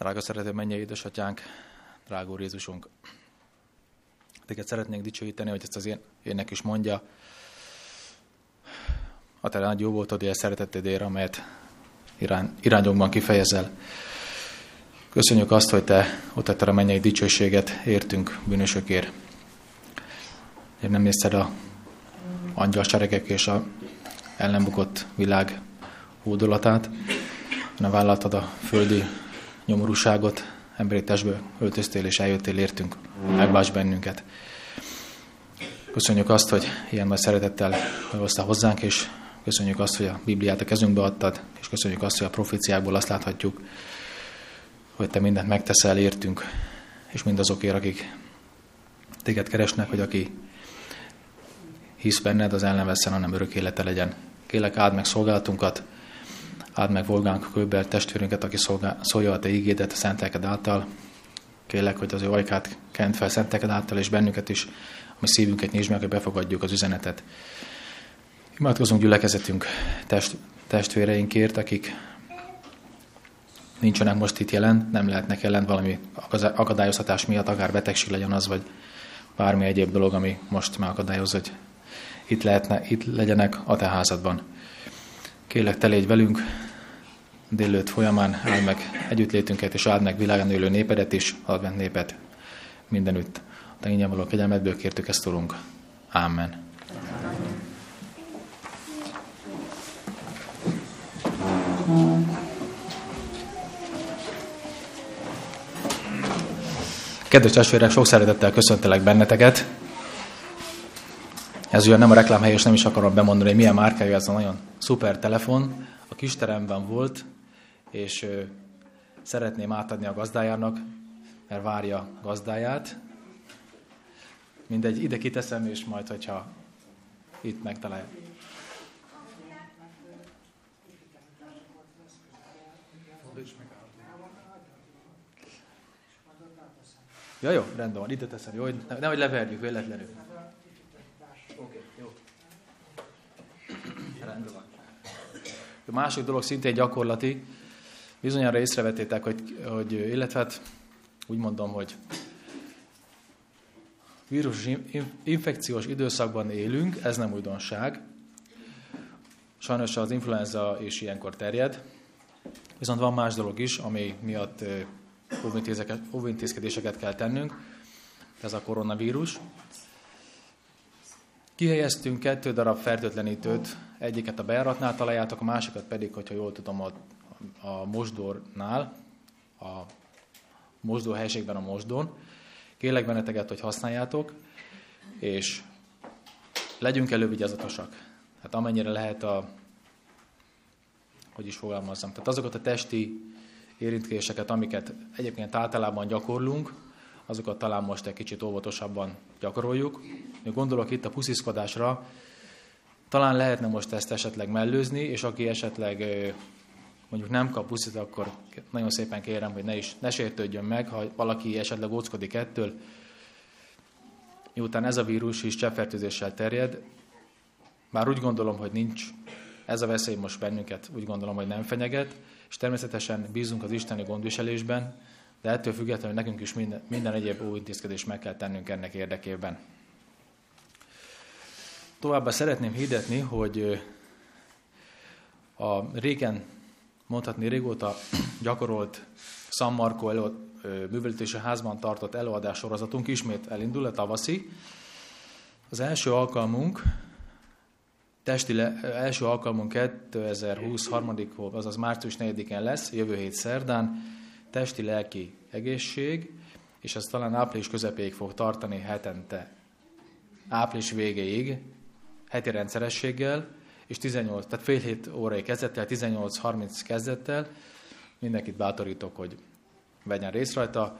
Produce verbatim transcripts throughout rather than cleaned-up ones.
Drága szerető mennyei édesatyánk, drága Úr Jézusunk, téged szeretnénk dicsőíteni, hogy ezt az ének is mondja. A te nagy jó voltod, hogy szeretettédért, amelyet irány, irányokban kifejezel. Köszönjük azt, hogy te ott adtad a mennyei dicsőséget értünk bűnösökért. Én nem észed a angyalseregek és a ellenbukott világ hódolatát, hanem vállaltad a földi nyomorúságot, emberi testből öltöztél és eljöttél értünk, megválts bennünket. Köszönjük azt, hogy ilyen nagy szeretettel hoztál hozzánk, és köszönjük azt, hogy a Bibliát a kezünkbe adtad, és köszönjük azt, hogy a proféciákból azt láthatjuk, hogy te mindent megteszel értünk, és mindazokért, akik téged keresnek, hogy aki hisz benned, az el nem vesszen, hanem örök élete legyen. Kérlek, áld meg szolgálatunkat, áld meg Volgánk Kőber testvérünket, aki szolgál, szólja a te ígédet a szent lelked által. Kérlek, hogy az ő ajkát kent fel szent lelked által, és bennünket is, ami szívünket nyisd meg, hogy befogadjuk az üzenetet. Imádkozunk gyülekezetünk test, testvéreinkért, akik nincsenek most itt jelen, nem lehetnek jelen valami akadályoztatás miatt, akár betegség legyen az, vagy bármi egyéb dolog, ami most már akadályoz, hogy itt, lehetne, itt legyenek a te házadban. Kérlek, te légy velünk délelőtt folyamán, áld meg együttlétünket, és áld meg világon élő népedet is, advent népet mindenütt. A te ingyen való kegyelmedből kértük ezt, Urunk. Amen. Kedves testvérek, sok szeretettel köszöntelek benneteket. Ez ugyan nem a reklámhely, és nem is akarom bemondani, hogy milyen márkájú ez a nagyon szuper telefon. A kisteremben volt, és ö, szeretném átadni a gazdájának, mert várja a gazdáját. Mindegy, ide kiteszem, és majd, hogyha itt megtalálja. Ja, jó, rendben van, ide teszem, jó, hogy nehogy leverjük véletlenül. Oké, jó. Rendben van. A másik dolog szintén gyakorlati. Bizonyára észrevettétek, hogy, hogy illetve hát úgy mondom, hogy vírusos infekciós időszakban élünk, ez nem újdonság. Sajnos az influenza is ilyenkor terjed. Viszont van más dolog is, ami miatt óvintézkedéseket kell tennünk. Ez a koronavírus. Kihelyeztünk kettő darab fertőtlenítőt, egyiket a bejáratnál találjátok, a másikat pedig, hogyha jól tudom, a, a mosdónál, a mosdó helységben a mosdón. Kérlek benneteket, hogy használjátok, és legyünk elővigyázatosak. Hát amennyire lehet a, hogy is fogalmazzam, tehát azokat a testi érintkezéseket, amiket egyébként általában gyakorlunk, azokat talán most egy kicsit óvatosabban gyakoroljuk. Én gondolok itt a pusziszkodásra, talán lehetne most ezt esetleg mellőzni, és aki esetleg mondjuk nem kap puszit, akkor nagyon szépen kérem, hogy ne is ne sértődjön meg, ha valaki esetleg óckodik ettől. Miután ez a vírus is cseppfertőzéssel terjed, már úgy gondolom, hogy nincs ez a veszély most bennünket, úgy gondolom, hogy nem fenyeget, és természetesen bízunk az isteni gondviselésben, de ettől függetlenül nekünk is minden, minden egyéb óvintézkedést meg kell tennünk ennek érdekében. Továbbá szeretném hirdetni, hogy a régen, mondhatni régóta gyakorolt San Marco elő, művelődési házban tartott előadás sorozatunk ismét elindul, a tavaszi. Az első alkalmunk, testi le, első alkalmunk kétezer-húsz harmadik azaz március negyedikén lesz, jövő hét szerdán, testi-lelki egészség, és ez talán április közepéig fog tartani hetente, április végéig, heti rendszerességgel, és tizennyolc, tehát fél hét órai kezdettel, tizennyolc harminc kezdettel. Mindenkit bátorítok, hogy vegyen részt rajta.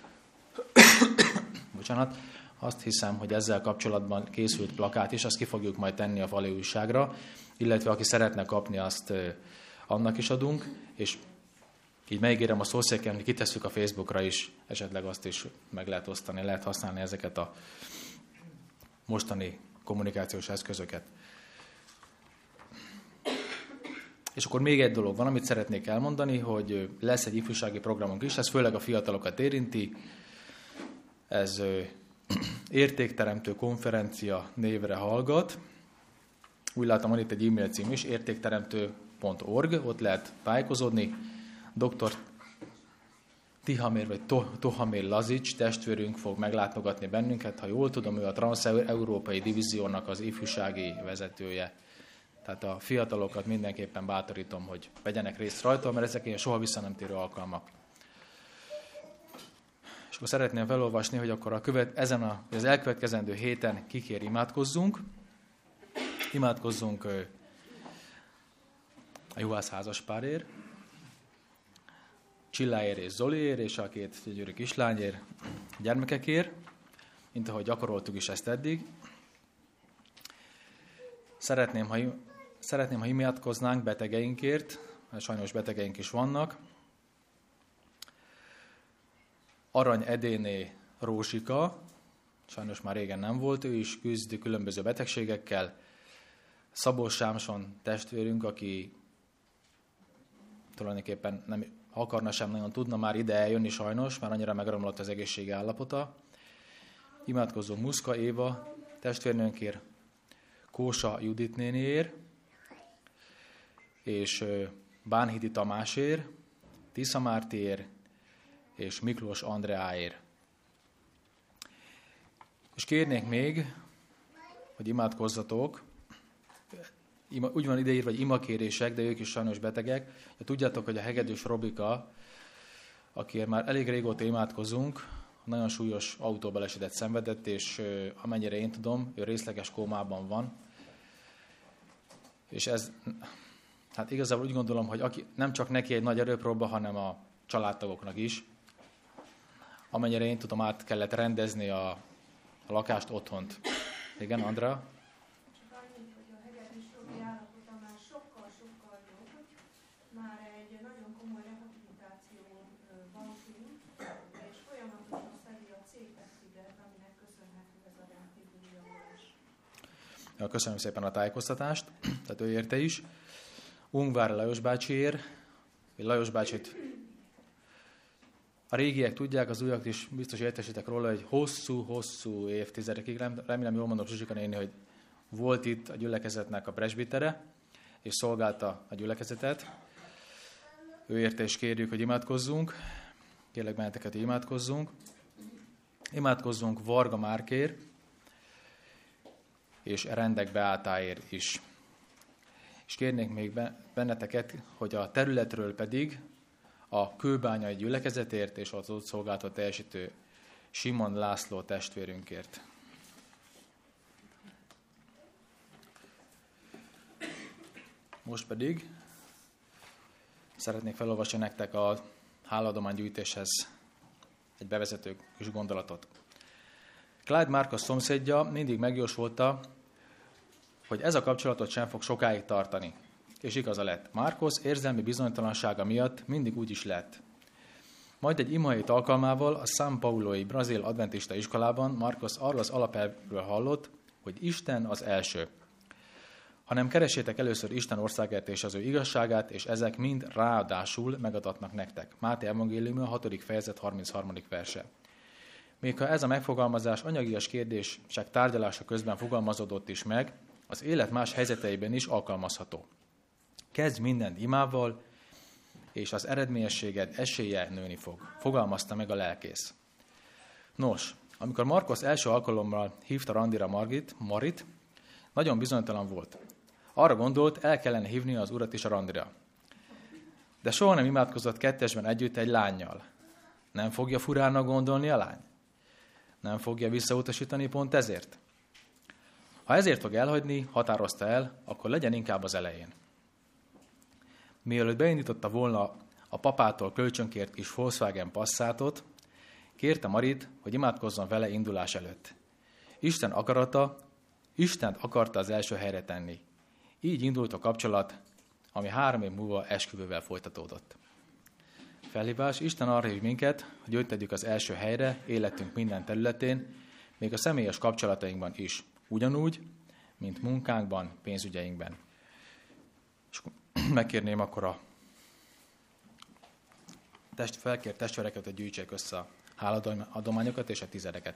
Bocsánat. Azt hiszem, hogy ezzel kapcsolatban készült plakát is, azt ki fogjuk majd tenni a fali újságra, illetve aki szeretne kapni, azt annak is adunk, és így megígérem a szószéken, hogy kitesszük a Facebookra is, esetleg azt is meg lehet osztani, lehet használni ezeket a mostani kommunikációs eszközöket. És akkor még egy dolog van, amit szeretnék elmondani, hogy lesz egy ifjúsági programunk is, ez főleg a fiatalokat érinti. Ez értékteremtő konferencia névre hallgat. Úgy látom, van itt egy e-mail cím is, értékteremtő pont org, ott lehet tájékozódni. doktor Tihamér vagy Tohamér Lazics testvérünk fog meglátogatni bennünket. Ha jól tudom, ő a Transz-Európai Divíziónak az ifjúsági vezetője. Tehát a fiatalokat mindenképpen bátorítom, hogy vegyenek részt rajta, mert ezek ilyen soha vissza nem térő alkalmak. És akkor szeretném felolvasni, hogy akkor a követ, ezen a, az elkövetkezendő héten kikért imádkozzunk. Imádkozzunk a juhász házaspárért, Csilláért és Zoliért, és a két gyönyörű kislányért, gyermekekért, mint ahogy gyakoroltuk is ezt eddig. Szeretném, ha, szeretném, ha imádkoznánk betegeinkért, mert sajnos betegeink is vannak. Arany Edéné Rózsika, sajnos már régen nem volt, ő is küzd különböző betegségekkel. Szabó Sámson testvérünk, aki tulajdonképpen nem akarna sem nagyon tudna már ide eljönni sajnos, már annyira megromlott az egészségi állapota. Imádkozzunk Muszka Éva testvérnőnkért, Kósa Judit néniért, és Bánhidi Tamásért, Tisza Mártiért, és Miklós Andreáért. És kérnék még, hogy imádkozzatok, Ima, úgy van ideírva, vagy imakérések, de ők is sajnos betegek. Ja, tudjátok, hogy a Hegedűs Robika, akiért már elég régóta imádkozunk, nagyon súlyos autóbalesetet szenvedett, és amennyire én tudom, ő részleges kómában van. És ez, hát igazából úgy gondolom, hogy aki, nem csak neki egy nagy erőpróba, hanem a családtagoknak is. Amennyire én tudom, át kellett rendezni a, a lakást, otthont. Igen, Andrea? Köszönöm szépen a tájékoztatást, tehát ő érte is. Ungvár Lajos bácsiért, Lajos bácsit a régiek tudják, az újak is biztos értesítek róla, hogy hosszú-hosszú évtizedekig, remélem jól mondom Zsuzsika néni, hogy volt itt a gyülekezetnek a presbitere, és szolgálta a gyülekezetet. Ő érte is kérjük, hogy imádkozzunk. Kérlek benneteket, hogy imádkozzunk. Imádkozzunk Varga Márkért, és Rendek Beátáért is. És kérnék még benneteket, hogy a területről pedig a kőbányai gyülekezetért és az ott szolgálatot teljesítő Simon László testvérünkért. Most pedig szeretnék felolvasni nektek a hálaadománygyűjtéshez egy bevezető kis gondolatot. Clyde Marcos szomszédja mindig megjósolta, hogy ez a kapcsolatot sem fog sokáig tartani. És igaza lett. Marcos érzelmi bizonytalansága miatt mindig úgy is lett. Majd egy imahét alkalmával a São Paulo-i brazil adventista iskolában Marcos arról az alapelvről hallott, hogy Isten az első. Hanem keressétek először Isten országát és az ő igazságát, és ezek mind ráadásul megadatnak nektek. Máté evangélium a hatodik fejezet harmincharmadik verse. Még ha ez a megfogalmazás anyagias kérdések tárgyalása közben fogalmazódott is meg, az élet más helyzeteiben is alkalmazható. Kezdj mindent imával, és az eredményességed esélye nőni fog, fogalmazta meg a lelkész. Nos, amikor Marcos első alkalommal hívta randira Margit, Marit, nagyon bizonytalan volt. Arra gondolt, el kellene hívni az urat is a randira. De soha nem imádkozott kettesben együtt egy lánnyal. Nem fogja furának gondolni a lány? Nem fogja visszautasítani pont ezért? Ha ezért fog elhagyni, határozta el, akkor legyen inkább az elején. Mielőtt beindította volna a papától kölcsönkért kis Volkswagen Passatot, kérte Marit, hogy imádkozzon vele indulás előtt. Isten akarata, Istent akarta az első helyre tenni. Így indult a kapcsolat, ami három év múlva esküvővel folytatódott. Felhívás, Isten arra hív minket, hogy őt tegyük az első helyre életünk minden területén, még a személyes kapcsolatainkban is, ugyanúgy, mint munkánkban, pénzügyeinkben. És megkérném akkor a test, felkért testvéreket, hogy gyűjtsék össze a háladományokat és a tizedeket.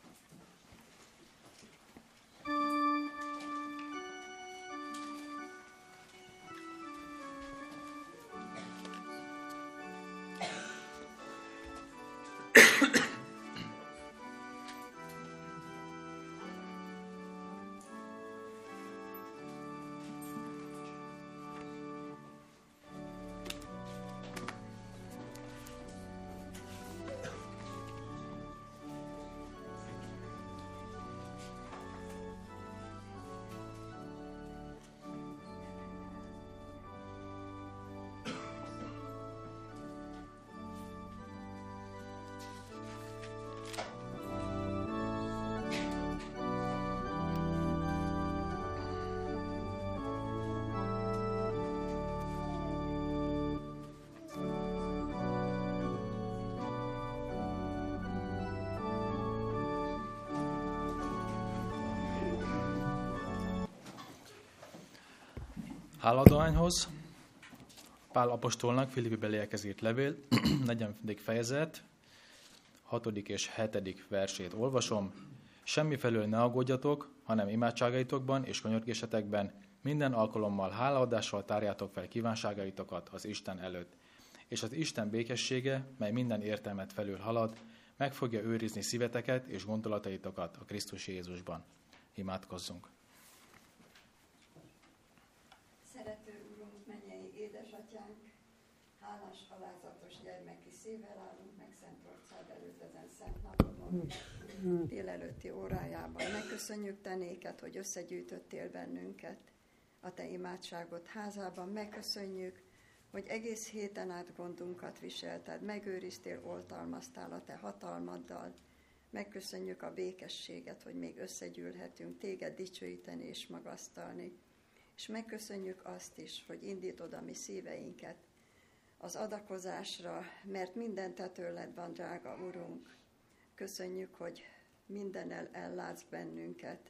Hálaadományhoz Pál apostolnak Filippi beliekhez írt levél, negyedik fejezet, hatodik és hetedik versét olvasom. Semmifelől ne aggódjatok, hanem imádságaitokban és könyörgésetekben minden alkalommal hálaadással tárjátok fel kívánságaitokat az Isten előtt. És az Isten békessége, mely minden értelmet felül halad, meg fogja őrizni szíveteket és gondolataitokat a Krisztus Jézusban. Imádkozzunk! Szerető Urunk, mennyei édesatyánk, hálás, alázatos gyermeki szívvel állunk meg Szent Orcád előtt ezen szent napon, délelőtti órájában. Megköszönjük Te néked, hogy összegyűjtöttél bennünket a Te imádságot házában. Megköszönjük, hogy egész héten át gondunkat viselted, megőriztél, oltalmaztál a Te hatalmaddal. Megköszönjük a békességet, hogy még összegyűlhetünk Téged dicsőíteni és magasztalni. És megköszönjük azt is, hogy indítod a mi szíveinket az adakozásra, mert minden Te tőled van, drága Urunk. Köszönjük, hogy mindennel ellátsz bennünket.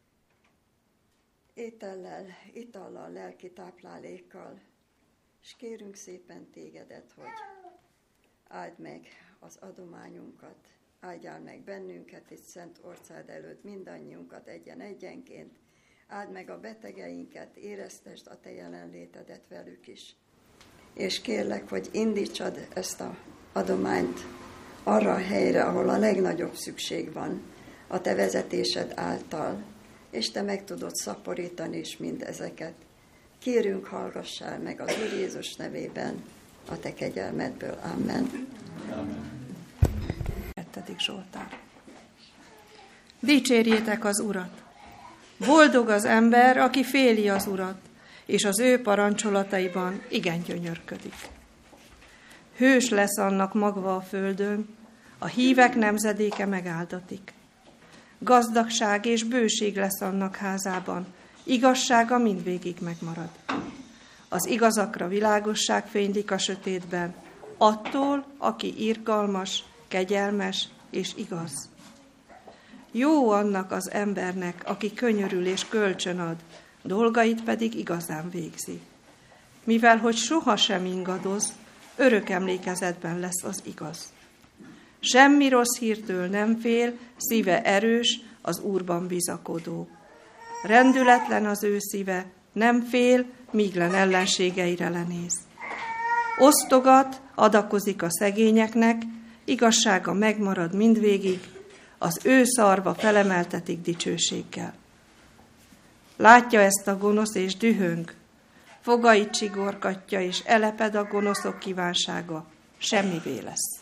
Étellel, itallal, lelki táplálékkal, és kérünk szépen Tégedet, hogy áld meg az adományunkat, áldjál meg bennünket itt Szent Orcád előtt, mindannyiunkat egyen-egyenként, áld meg a betegeinket, éreztesd a Te jelenlétedet velük is. És kérlek, hogy indítsad ezt az adományt arra a helyre, ahol a legnagyobb szükség van, a Te vezetésed által, és Te meg tudod szaporítani is mindezeket. Kérünk, hallgassál meg az Úr Jézus nevében a Te kegyelmedből. Amen. Amen. Hettedik Zsoltár. Dicsérjétek az Urat! Boldog az ember, aki féli az Urat, és az ő parancsolataiban igen gyönyörködik. Hős lesz annak magva a földön, a hívek nemzedéke megáldatik. Gazdagság és bőség lesz annak házában, igazsága mindvégig megmarad. Az igazakra világosság fénylik a sötétben, attól, aki irgalmas, kegyelmes és igaz. Jó annak az embernek, aki könyörül és kölcsön ad, dolgait pedig igazán végzi. Mivel hogy sohasem ingadoz, örök emlékezetben lesz az igaz. Semmi rossz hírtől nem fél, szíve erős, az Úrban bizakodó. Rendületlen az ő szíve, nem fél, míglen ellenségeire lenéz. Osztogat, adakozik a szegényeknek, igazsága megmarad mindvégig, az ő szarva felemeltetik dicsőséggel. Látja ezt a gonosz és dühöng, fogait csigorgatja és eleped a gonoszok kívánsága, semmivé lesz.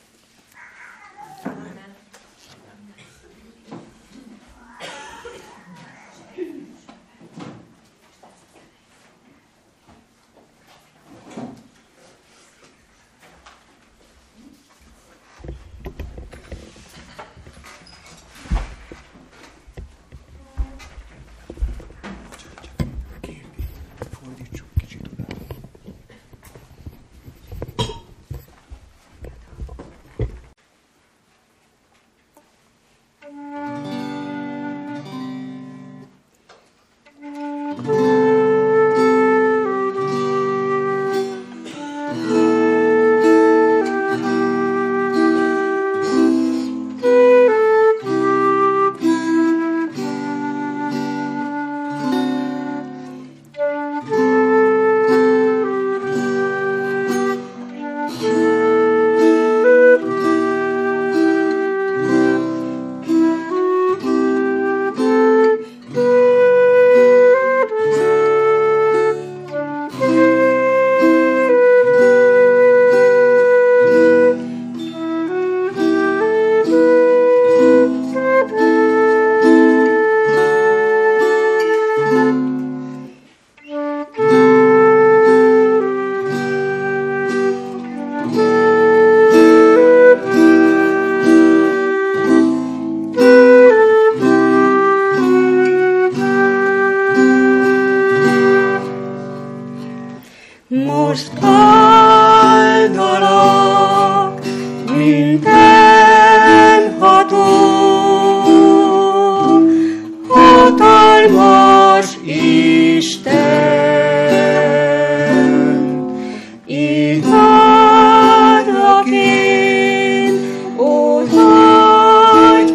Imádlak én, ó nagy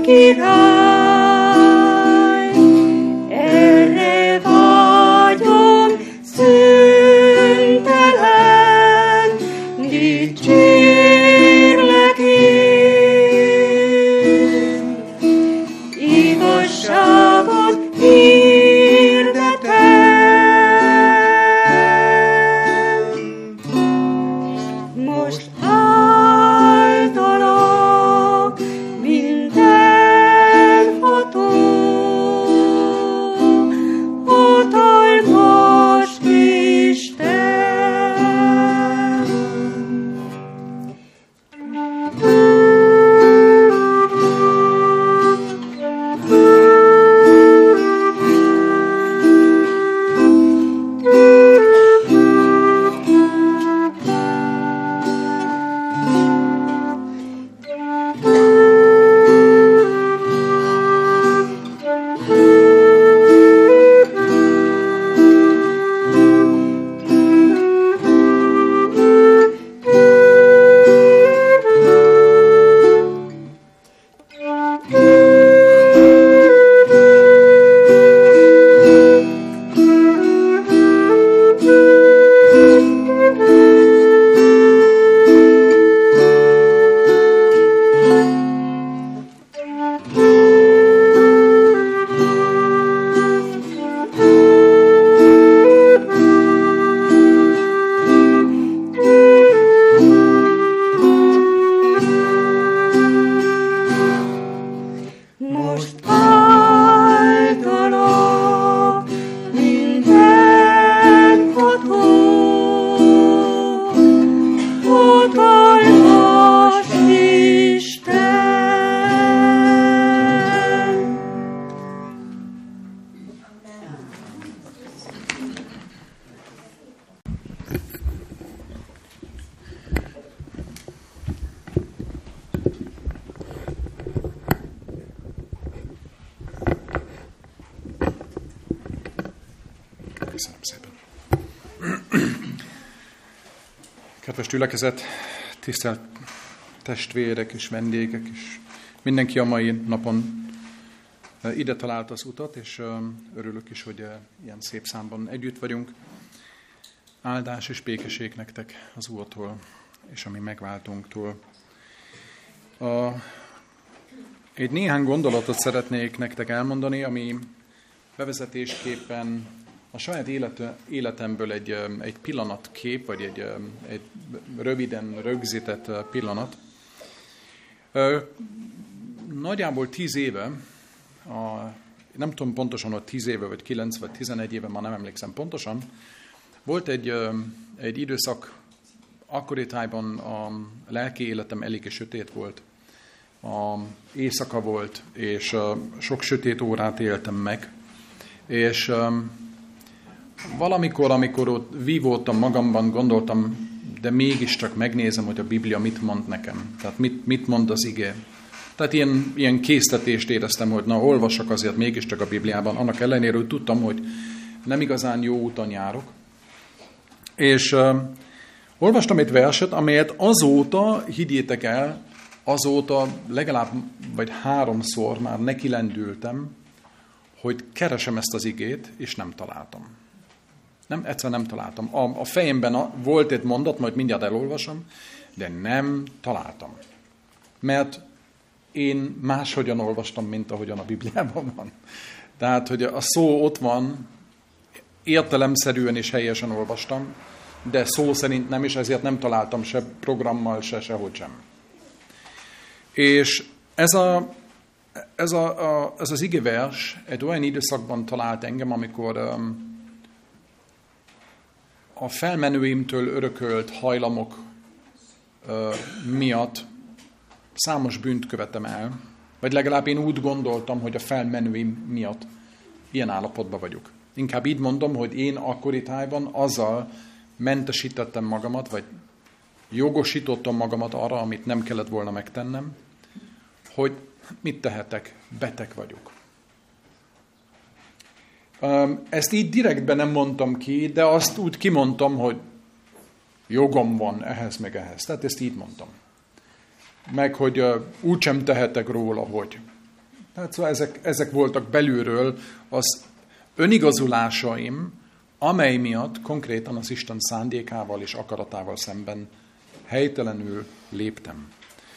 király, erre vágyom szüntelen, dicsérlek én. Igazságot hirdetem, most általak mindenható, hatalmas Isten. Most általak mindenható, hatalmas Isten. Köszönöm szépen. Kedves gyülekezet, tisztelt testvérek és vendégek, és mindenki a mai napon ide talált az utat, és örülök is, hogy ilyen szép számban együtt vagyunk. Áldás és békesség nektek az Úrtól, és a mi megváltunktól. A, egy néhány gondolatot szeretnék nektek elmondani, ami bevezetésképpen a saját élet, életemből egy, egy pillanatkép, vagy egy, egy röviden rögzített pillanat. Nagyjából tíz éve, a, nem tudom pontosan, hogy tíz éve, vagy kilenc, vagy tizenegy éve, már nem emlékszem pontosan, volt egy, egy időszak, akkori tájban a lelki életem eléggé sötét volt. A éjszaka volt, és sok sötét órát éltem meg, és valamikor, amikor ott vívódtam magamban, gondoltam, de mégiscsak megnézem, hogy a Biblia mit mond nekem. Tehát mit, mit mond az ige. Tehát ilyen, ilyen késztetést éreztem, hogy na, olvassak azért mégiscsak a Bibliában, annak ellenére, hogy tudtam, hogy nem igazán jó úton járok. És uh, olvastam egy verset, amelyet azóta, higgyétek el, azóta legalább vagy háromszor már nekilendültem, hogy keresem ezt az igét, és nem találtam. Nem, egyszer nem találtam. A, a fejemben a, volt egy mondat, majd mindjárt elolvasom, de nem találtam. Mert én máshogyan olvastam, mint ahogyan a Bibliában van. Tehát, hogy a szó ott van, értelemszerűen és helyesen olvastam, de szó szerint nem, és ezért nem találtam se programmal, se sehogy sem. És ez, a, ez, a, a, ez az igevers egy olyan időszakban talált engem, amikor um, a felmenőimtől örökölt hajlamok uh, miatt számos bűnt követem el, vagy legalább én úgy gondoltam, hogy a felmenőim miatt ilyen állapotban vagyok. Inkább így mondom, hogy én akkori tájban azzal mentesítettem magamat, vagy jogosítottam magamat arra, amit nem kellett volna megtennem, hogy mit tehetek, beteg vagyok. Ezt így direktben nem mondtam ki, de azt úgy kimondtam, hogy jogom van ehhez meg ehhez. Tehát ezt így mondtam. Meg, hogy uh, úgysem tehetek róla, hogy. Tehát szóval ezek, ezek voltak belülről az önigazulásaim, amely miatt konkrétan az Isten szándékával és akaratával szemben helytelenül léptem.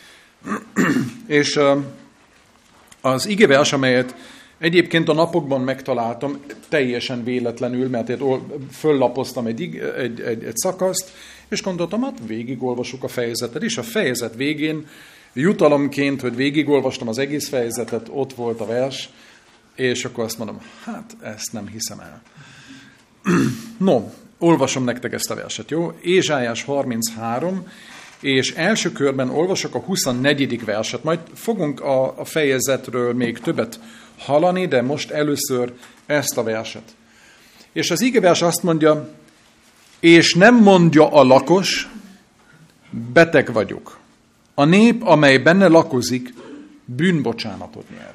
És uh, az igevers, amelyet egyébként a napokban megtaláltam, teljesen véletlenül, mert én föllapoztam egy, egy, egy, egy szakaszt, és gondoltam, hát végigolvasuk a fejezetet, és a fejezet végén jutalomként, hogy végigolvastam az egész fejezetet, ott volt a vers, és akkor azt mondom, hát ezt nem hiszem el. No, olvasom nektek ezt a verset, jó? Ézsájás harminchárom, és első körben olvasok a huszonnegyedik verset, majd fogunk a, a fejezetről még többet hallani, de most először ezt a verset. És az igevers azt mondja, és nem mondja a lakos, beteg vagyok. A nép, amely benne lakozik, bűnbocsánatot nyer.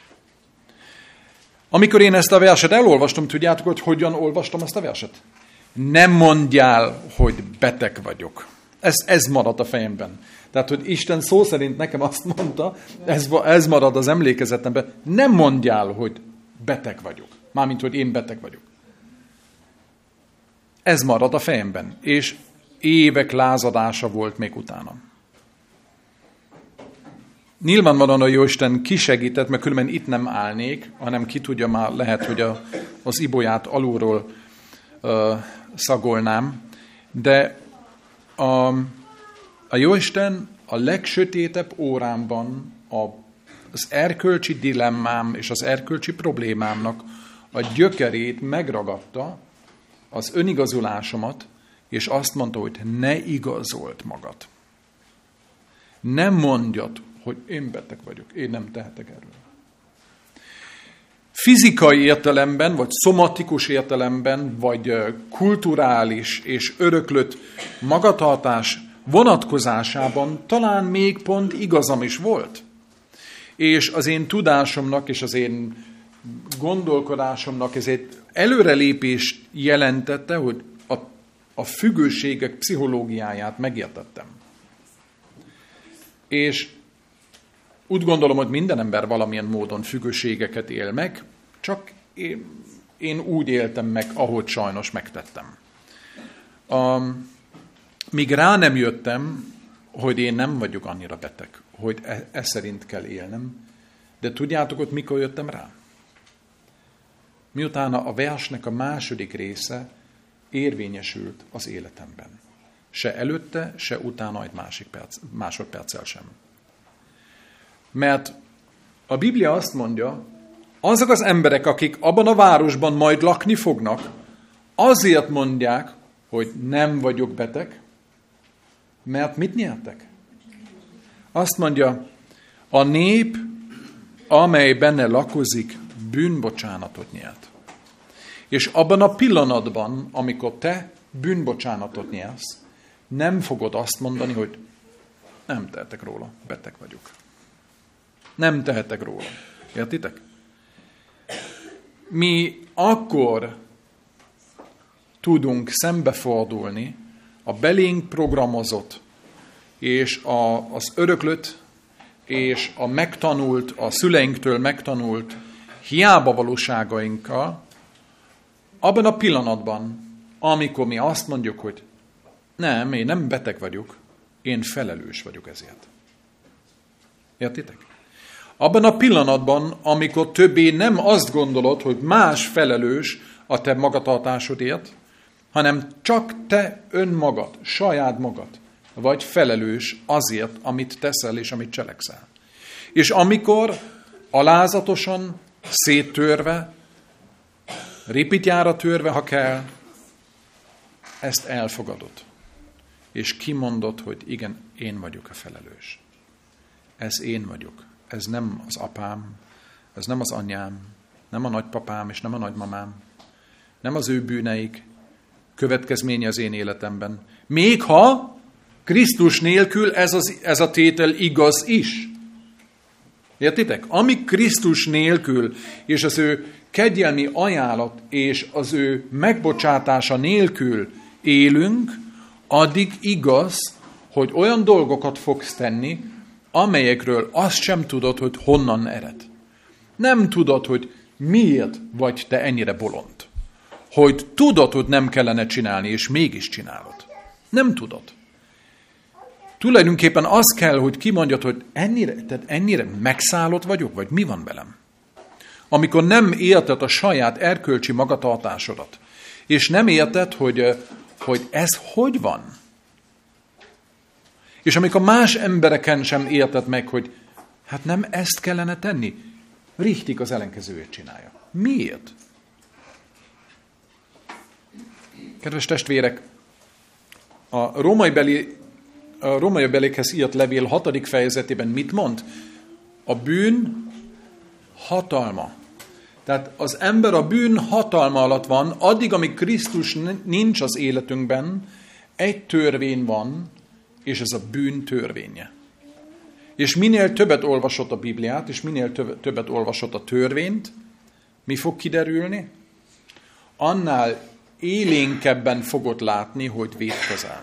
Amikor én ezt a verset elolvastam, tudjátok, hogy hogyan olvastam ezt a verset? Nem mondjál, hogy beteg vagyok. Ez, ez marad a fejemben. Tehát, hogy Isten szó szerint nekem azt mondta, ez, ez marad az emlékezetemben, nem mondjál, hogy beteg vagyok. Mármint, hogy én beteg vagyok. Ez marad a fejemben, és évek lázadása volt még utána. Nyilvánvalóan a Jóisten kisegített, mert különben itt nem állnék, hanem ki tudja, már lehet, hogy a, az ibolyát alulról uh, szagolnám, de a, a Jóisten a legsötétebb órámban a, az erkölcsi dilemmám és az erkölcsi problémámnak a gyökerét megragadta, az önigazulásomat, és azt mondta, hogy ne igazold magad. Nem mondjad, hogy én beteg vagyok, én nem tehetek erről. Fizikai értelemben, vagy szomatikus értelemben, vagy kulturális és öröklött magatartás vonatkozásában talán még pont igazam is volt. És az én tudásomnak és az én gondolkodásomnak ez egy előrelépést jelentette, hogy a, a függőségek pszichológiáját megértettem. És úgy gondolom, hogy minden ember valamilyen módon függőségeket él meg, csak én, én úgy éltem meg, ahogy sajnos megtettem. A, míg rá nem jöttem, hogy én nem vagyok annyira beteg, hogy e, e szerint kell élnem, de tudjátok, hogy mikor jöttem rá? Miután a versnek a második része érvényesült az életemben. Se előtte, se utána egy másik perc, másodperccel sem. Mert a Biblia azt mondja, azok az emberek, akik abban a városban majd lakni fognak, azért mondják, hogy nem vagyok beteg, mert mit nyertek? Azt mondja, a nép, amely benne lakozik, bűnbocsánatot nyert. És abban a pillanatban, amikor te bűnbocsánatot nyersz, nem fogod azt mondani, hogy nem tehetek róla, beteg vagyok. Nem tehetek róla. Értitek? Mi akkor tudunk szembefordulni a belénk programozott és a, az öröklött és a megtanult, a szüleinktől megtanult hiába valóságainkkal, abban a pillanatban, amikor mi azt mondjuk, hogy nem, én nem beteg vagyok, én felelős vagyok ezért. Értitek? Abban a pillanatban, amikor többé nem azt gondolod, hogy más felelős a te magatartásodért, hanem csak te önmagad, saját magad vagy felelős azért, amit teszel és amit cselekszel. És amikor alázatosan, széttörve, ripityára törve, ha kell, ezt elfogadod. És kimondod, hogy igen, én vagyok a felelős. Ez én vagyok. Ez nem az apám, ez nem az anyám, nem a nagypapám és nem a nagymamám. Nem az ő bűneik, következménye az én életemben. Még ha Krisztus nélkül ez, az, ez a tétel igaz is. Értitek? Ami Krisztus nélkül és az ő kegyelmi ajánlat és az ő megbocsátása nélkül élünk, addig igaz, hogy olyan dolgokat fogsz tenni, amelyekről azt sem tudod, hogy honnan ered. Nem tudod, hogy miért vagy te ennyire bolond. Hogy tudod, hogy nem kellene csinálni, és mégis csinálod. Nem tudod. Tulajdonképpen az kell, hogy kimondjad, hogy ennyire, tehát ennyire megszállott vagyok, vagy mi van velem? Amikor nem érted a saját erkölcsi magatartásodat, és nem érted, hogy, hogy ez hogy van. És amikor más embereken sem érted meg, hogy hát nem ezt kellene tenni, richtig az ellenkezőjét csinálja. Miért? Kedves testvérek, a római beli, a római belékhez írt levél hatodik fejezetében mit mond? A bűn hatalma. Tehát az ember a bűn hatalma alatt van, addig, amíg Krisztus nincs az életünkben, egy törvény van, és ez a bűn törvénye. És minél többet olvasott a Bibliát, és minél többet olvasott a törvényt, mi fog kiderülni? Annál élénkebben fogod látni, hogy vétkezel.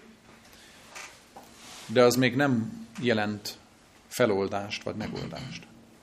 De az még nem jelent feloldást vagy megoldást.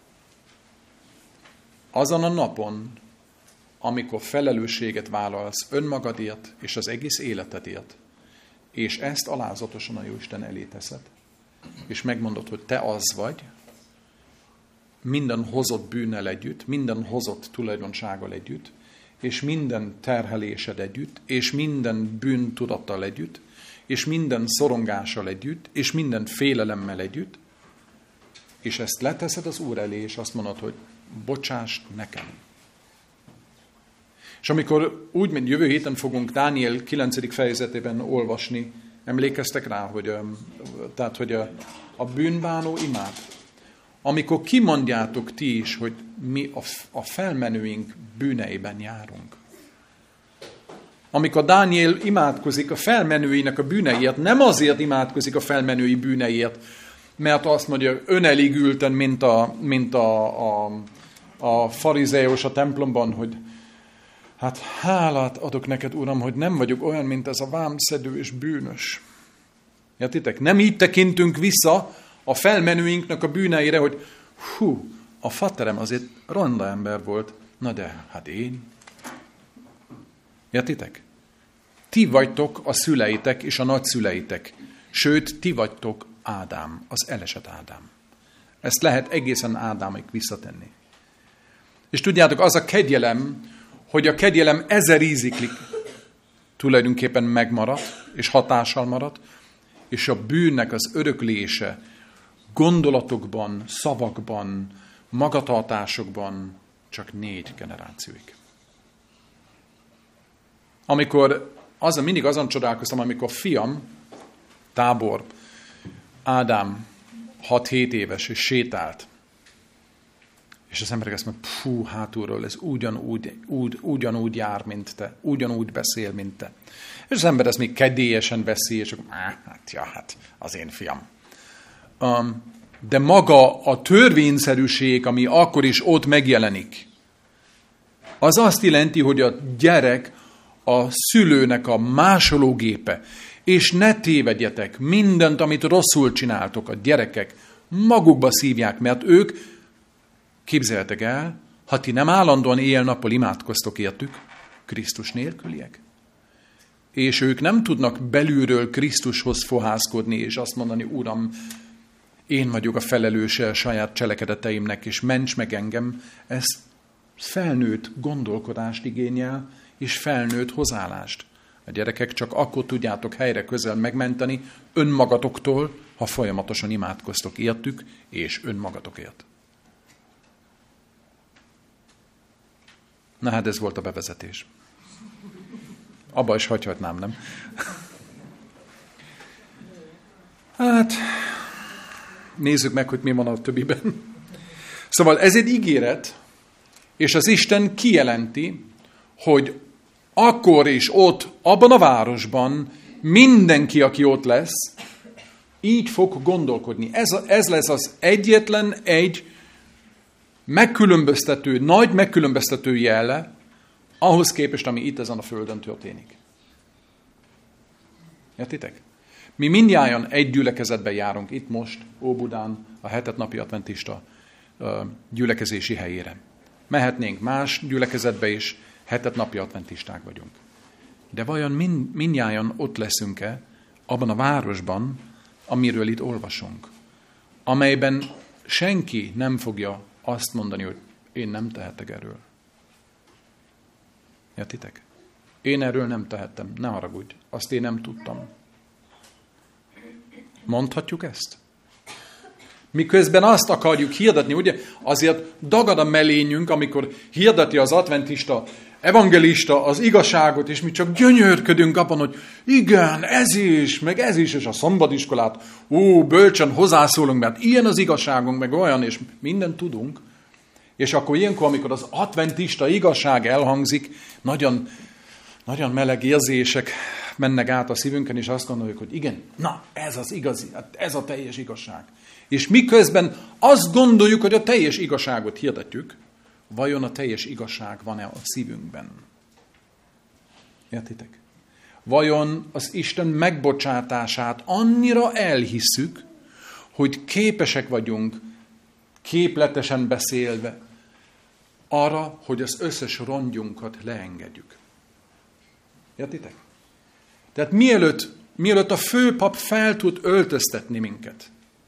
Azon a napon, amikor felelősséget vállalsz önmagadért és az egész életedért, és ezt alázatosan a Jóisten elé teszed, és megmondod, hogy te az vagy, minden hozott bűnnel együtt, minden hozott tulajdonsággal együtt, és minden terhelésed együtt, és minden bűntudattal együtt, és minden szorongással együtt, és minden félelemmel együtt, és ezt leteszed az Úr elé, és azt mondod, hogy bocsásd nekem. És amikor úgy, mint jövő héten fogunk Dániel kilencedik fejezetében olvasni, emlékeztek rá, hogy, a, tehát, hogy a, a bűnbánó imád, amikor kimondjátok ti is, hogy mi a, a felmenőink bűneiben járunk. Amikor Dániel imádkozik a felmenőinek a bűneiért, nem azért imádkozik a felmenői bűneiért, mert azt mondja, önelégülten, mint a, mint a, a, a farizeus a templomban, hogy hát hálát adok neked, Uram, hogy nem vagyok olyan, mint ez a vámszedő és bűnös. Értitek? Nem így tekintünk vissza a felmenőinknek a bűneire, hogy hú, a faterem azért ronda ember volt, na de, hát én. Értitek? Ti vagytok a szüleitek és a nagyszüleitek. Sőt, ti vagytok Ádám, az elesett Ádám. Ezt lehet egészen Ádámig visszatenni. És tudjátok, az a kegyelem, hogy a kegyelem ezer íziklik tulajdonképpen megmarad, és hatással marad, és a bűnnek az öröklése gondolatokban, szavakban, magatartásokban csak négy generációig. Amikor, az, mindig azon csodálkoztam, amikor fiam, Tábor, Ádám hat-hét éves, és sétált. És az emberek azt mondják, pfú, hátulról, ez ugyanúgy, úgy, ugyanúgy jár, mint te, ugyanúgy beszél, mint te. És az ember ezt még kedélyesen veszi, és akkor, hát, ja, hát, az én fiam. Um, de maga a törvényszerűség, ami akkor is ott megjelenik, az azt jelenti, hogy a gyerek a szülőnek a másológépe. És ne tévedjetek, mindent, amit rosszul csináltok, a gyerekek magukba szívják, mert ők, képzeljetek el, ha ti nem állandóan éjjel-nappal imádkoztok értük, Krisztus nélküliek. És ők nem tudnak belülről Krisztushoz fohászkodni, és azt mondani, Uram, én vagyok a felelőse a saját cselekedeteimnek, és ments meg engem. Ez felnőtt gondolkodást igényel, és felnőtt hozzáállást. A gyerekek csak akkor tudjátok helyre közel megmenteni önmagatoktól, ha folyamatosan imádkoztok értük, és önmagatokért. Na hát ez volt a bevezetés. Abba is hagyhatnám, nem? Hát, nézzük meg, hogy mi van a többiben. Szóval ez egy ígéret, és az Isten kijelenti, hogy akkor is ott, abban a városban mindenki, aki ott lesz, így fog gondolkodni. Ez, a, ez lesz az egyetlen egy megkülönböztető, nagy megkülönböztető jelle ahhoz képest, ami itt ezen a földön történik. Értitek? Mi mindnyájan egy gyülekezetben járunk itt most, Óbudán, a hetet napi adventista gyülekezési helyére. Mehetnénk más gyülekezetbe is, hetet napi adventisták vagyunk. De vajon mind, mindnyájan ott leszünk-e abban a városban, amiről itt olvasunk, amelyben senki nem fogja azt mondani, hogy én nem tehetek erről. Értitek? Én erről nem tehettem, ne haragudj, azt én nem tudtam. Mondhatjuk ezt? Miközben azt akarjuk hirdetni, ugye azért dagad a melényünk, amikor hirdeti az adventista, evangelista az igazságot, és mi csak gyönyörködünk abban, hogy igen, ez is, meg ez is, és a szombatiskolát, ó, bölcsen hozzászólunk, mert ilyen az igazságunk, meg olyan, és mindent tudunk. És akkor ilyenkor, amikor az adventista igazság elhangzik, nagyon, nagyon meleg érzések mennek át a szívünkön, és azt gondoljuk, hogy igen, na, ez az igazi, ez a teljes igazság. És miközben azt gondoljuk, hogy a teljes igazságot hirdetjük, vajon a teljes igazság van-e a szívünkben? Értitek? Vajon az Isten megbocsátását annyira elhisszük, hogy képesek vagyunk képletesen beszélve arra, hogy az összes rongyunkat leengedjük. Értitek? Tehát mielőtt, mielőtt a főpap fel tud öltöztetni minket,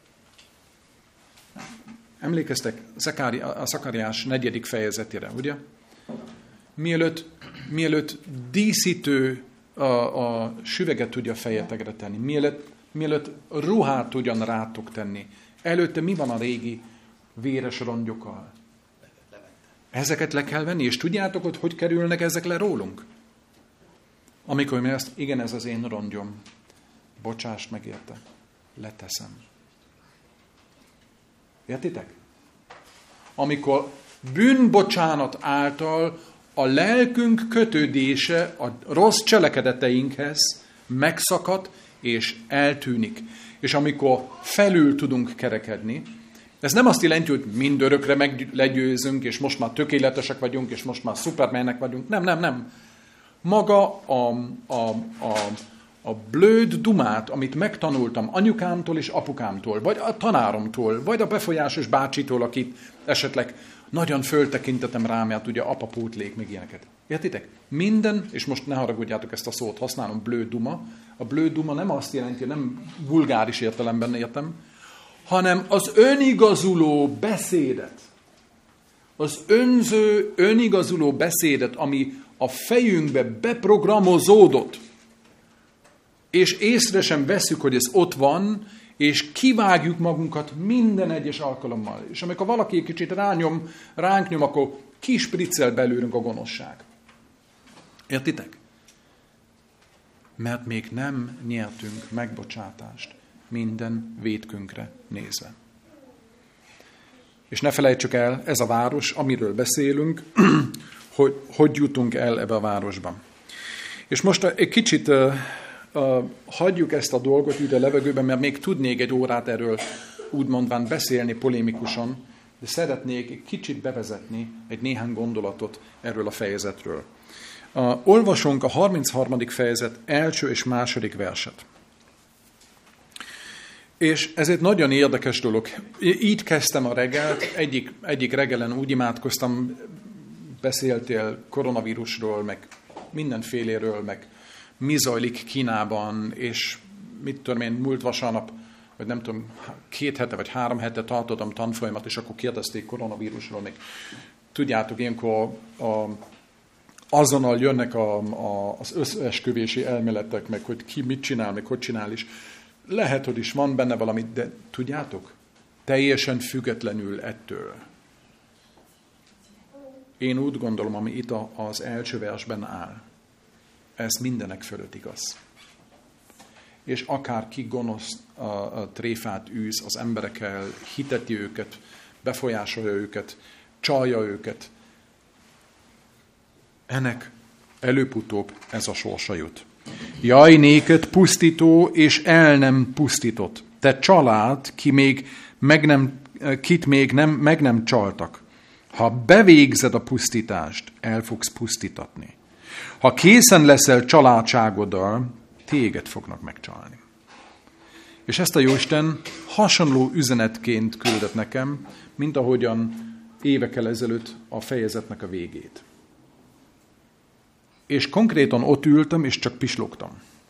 emlékeztek a Szakariás negyedik fejezetére, ugye? Mielőtt, mielőtt díszítő a, a süveget tudja fejetekre tenni, mielőtt, mielőtt ruhát tudjan rátok tenni, előtte mi van a régi véres rongyokkal? Ezeket le kell venni, és tudjátok, hogy hogy kerülnek ezek le rólunk? Amikor mi azt, igen, ez az én rongyom, bocsáss meg érte, leteszem. Értitek? Amikor bűnbocsánat által a lelkünk kötődése a rossz cselekedeteinkhez megszakad és eltűnik. És amikor felül tudunk kerekedni, ez nem azt jelenti, hogy mindörökre meglegyőzünk, és most már tökéletesek vagyunk, és most már szupermenek vagyunk. Nem, nem, nem. Maga a, a, a, a blőd dumát, amit megtanultam anyukámtól és apukámtól, vagy a tanáromtól, vagy a befolyásos bácsitól, akit esetleg nagyon föltekintetem rá, mert ugye apa pótlék, meg ilyeneket. Értitek? Minden, és most ne haragudjátok, ezt a szót használom, blőd duma. A blőd duma nem azt jelenti, nem vulgáris értelemben értem, hanem az önigazuló beszédet. Az önző, önigazuló beszédet, ami a fejünkbe beprogramozódott, és észre sem veszük, hogy ez ott van, és kivágjuk magunkat minden egyes alkalommal. És amikor valaki egy kicsit rányom, ránk nyom, akkor kispriccel belőlünk a gonoszság. Értitek? Mert még nem nyertünk megbocsátást minden vétkünkre nézve. És ne felejtsük el, ez a város, amiről beszélünk, hogy hogy jutunk el ebbe a városba. És most egy kicsit uh, uh, hagyjuk ezt a dolgot ide a levegőben, mert még tudnék egy órát erről úgymondván beszélni polémikusan, de szeretnék egy kicsit bevezetni egy néhány gondolatot erről a fejezetről. Uh, olvasunk a harmincharmadik fejezet első és második verset. És ez egy nagyon érdekes dolog. Így kezdtem a reggelt, egyik, egyik reggelen úgy imádkoztam, beszéltél koronavírusról, meg mindenféléről, meg mi zajlik Kínában, és mit tudom én, múlt vasárnap, vagy nem tudom, két hete vagy három hete tartottam tanfolyamat, és akkor kérdezték koronavírusról, még tudjátok, ilyenkor a, azonnal jönnek a, a, az összeesküvési elméletek, meg hogy ki mit csinál, meg hogy csinál is. Lehet, hogy is van benne valami, de tudjátok, teljesen függetlenül ettől. Én úgy gondolom, ami itt az első versben áll, ez mindenek fölött igaz. És akár ki gonosz a, a tréfát űz az emberekkel, hiteti őket, befolyásolja őket, csalja őket, ennek előbb-utóbb ez a sorsa jut. Jaj, néked pusztító és el nem pusztított. Te család, ki még meg nem, kit még nem, meg nem csaltak. Ha bevégzed a pusztítást, el fogsz pusztítatni. Ha készen leszel családságoddal, téged fognak megcsalni. És ezt a Jóisten hasonló üzenetként küldött nekem, mint ahogyan évekkel ezelőtt a fejezetnek a végét. És konkrétan ott ültem, és csak pislogtam.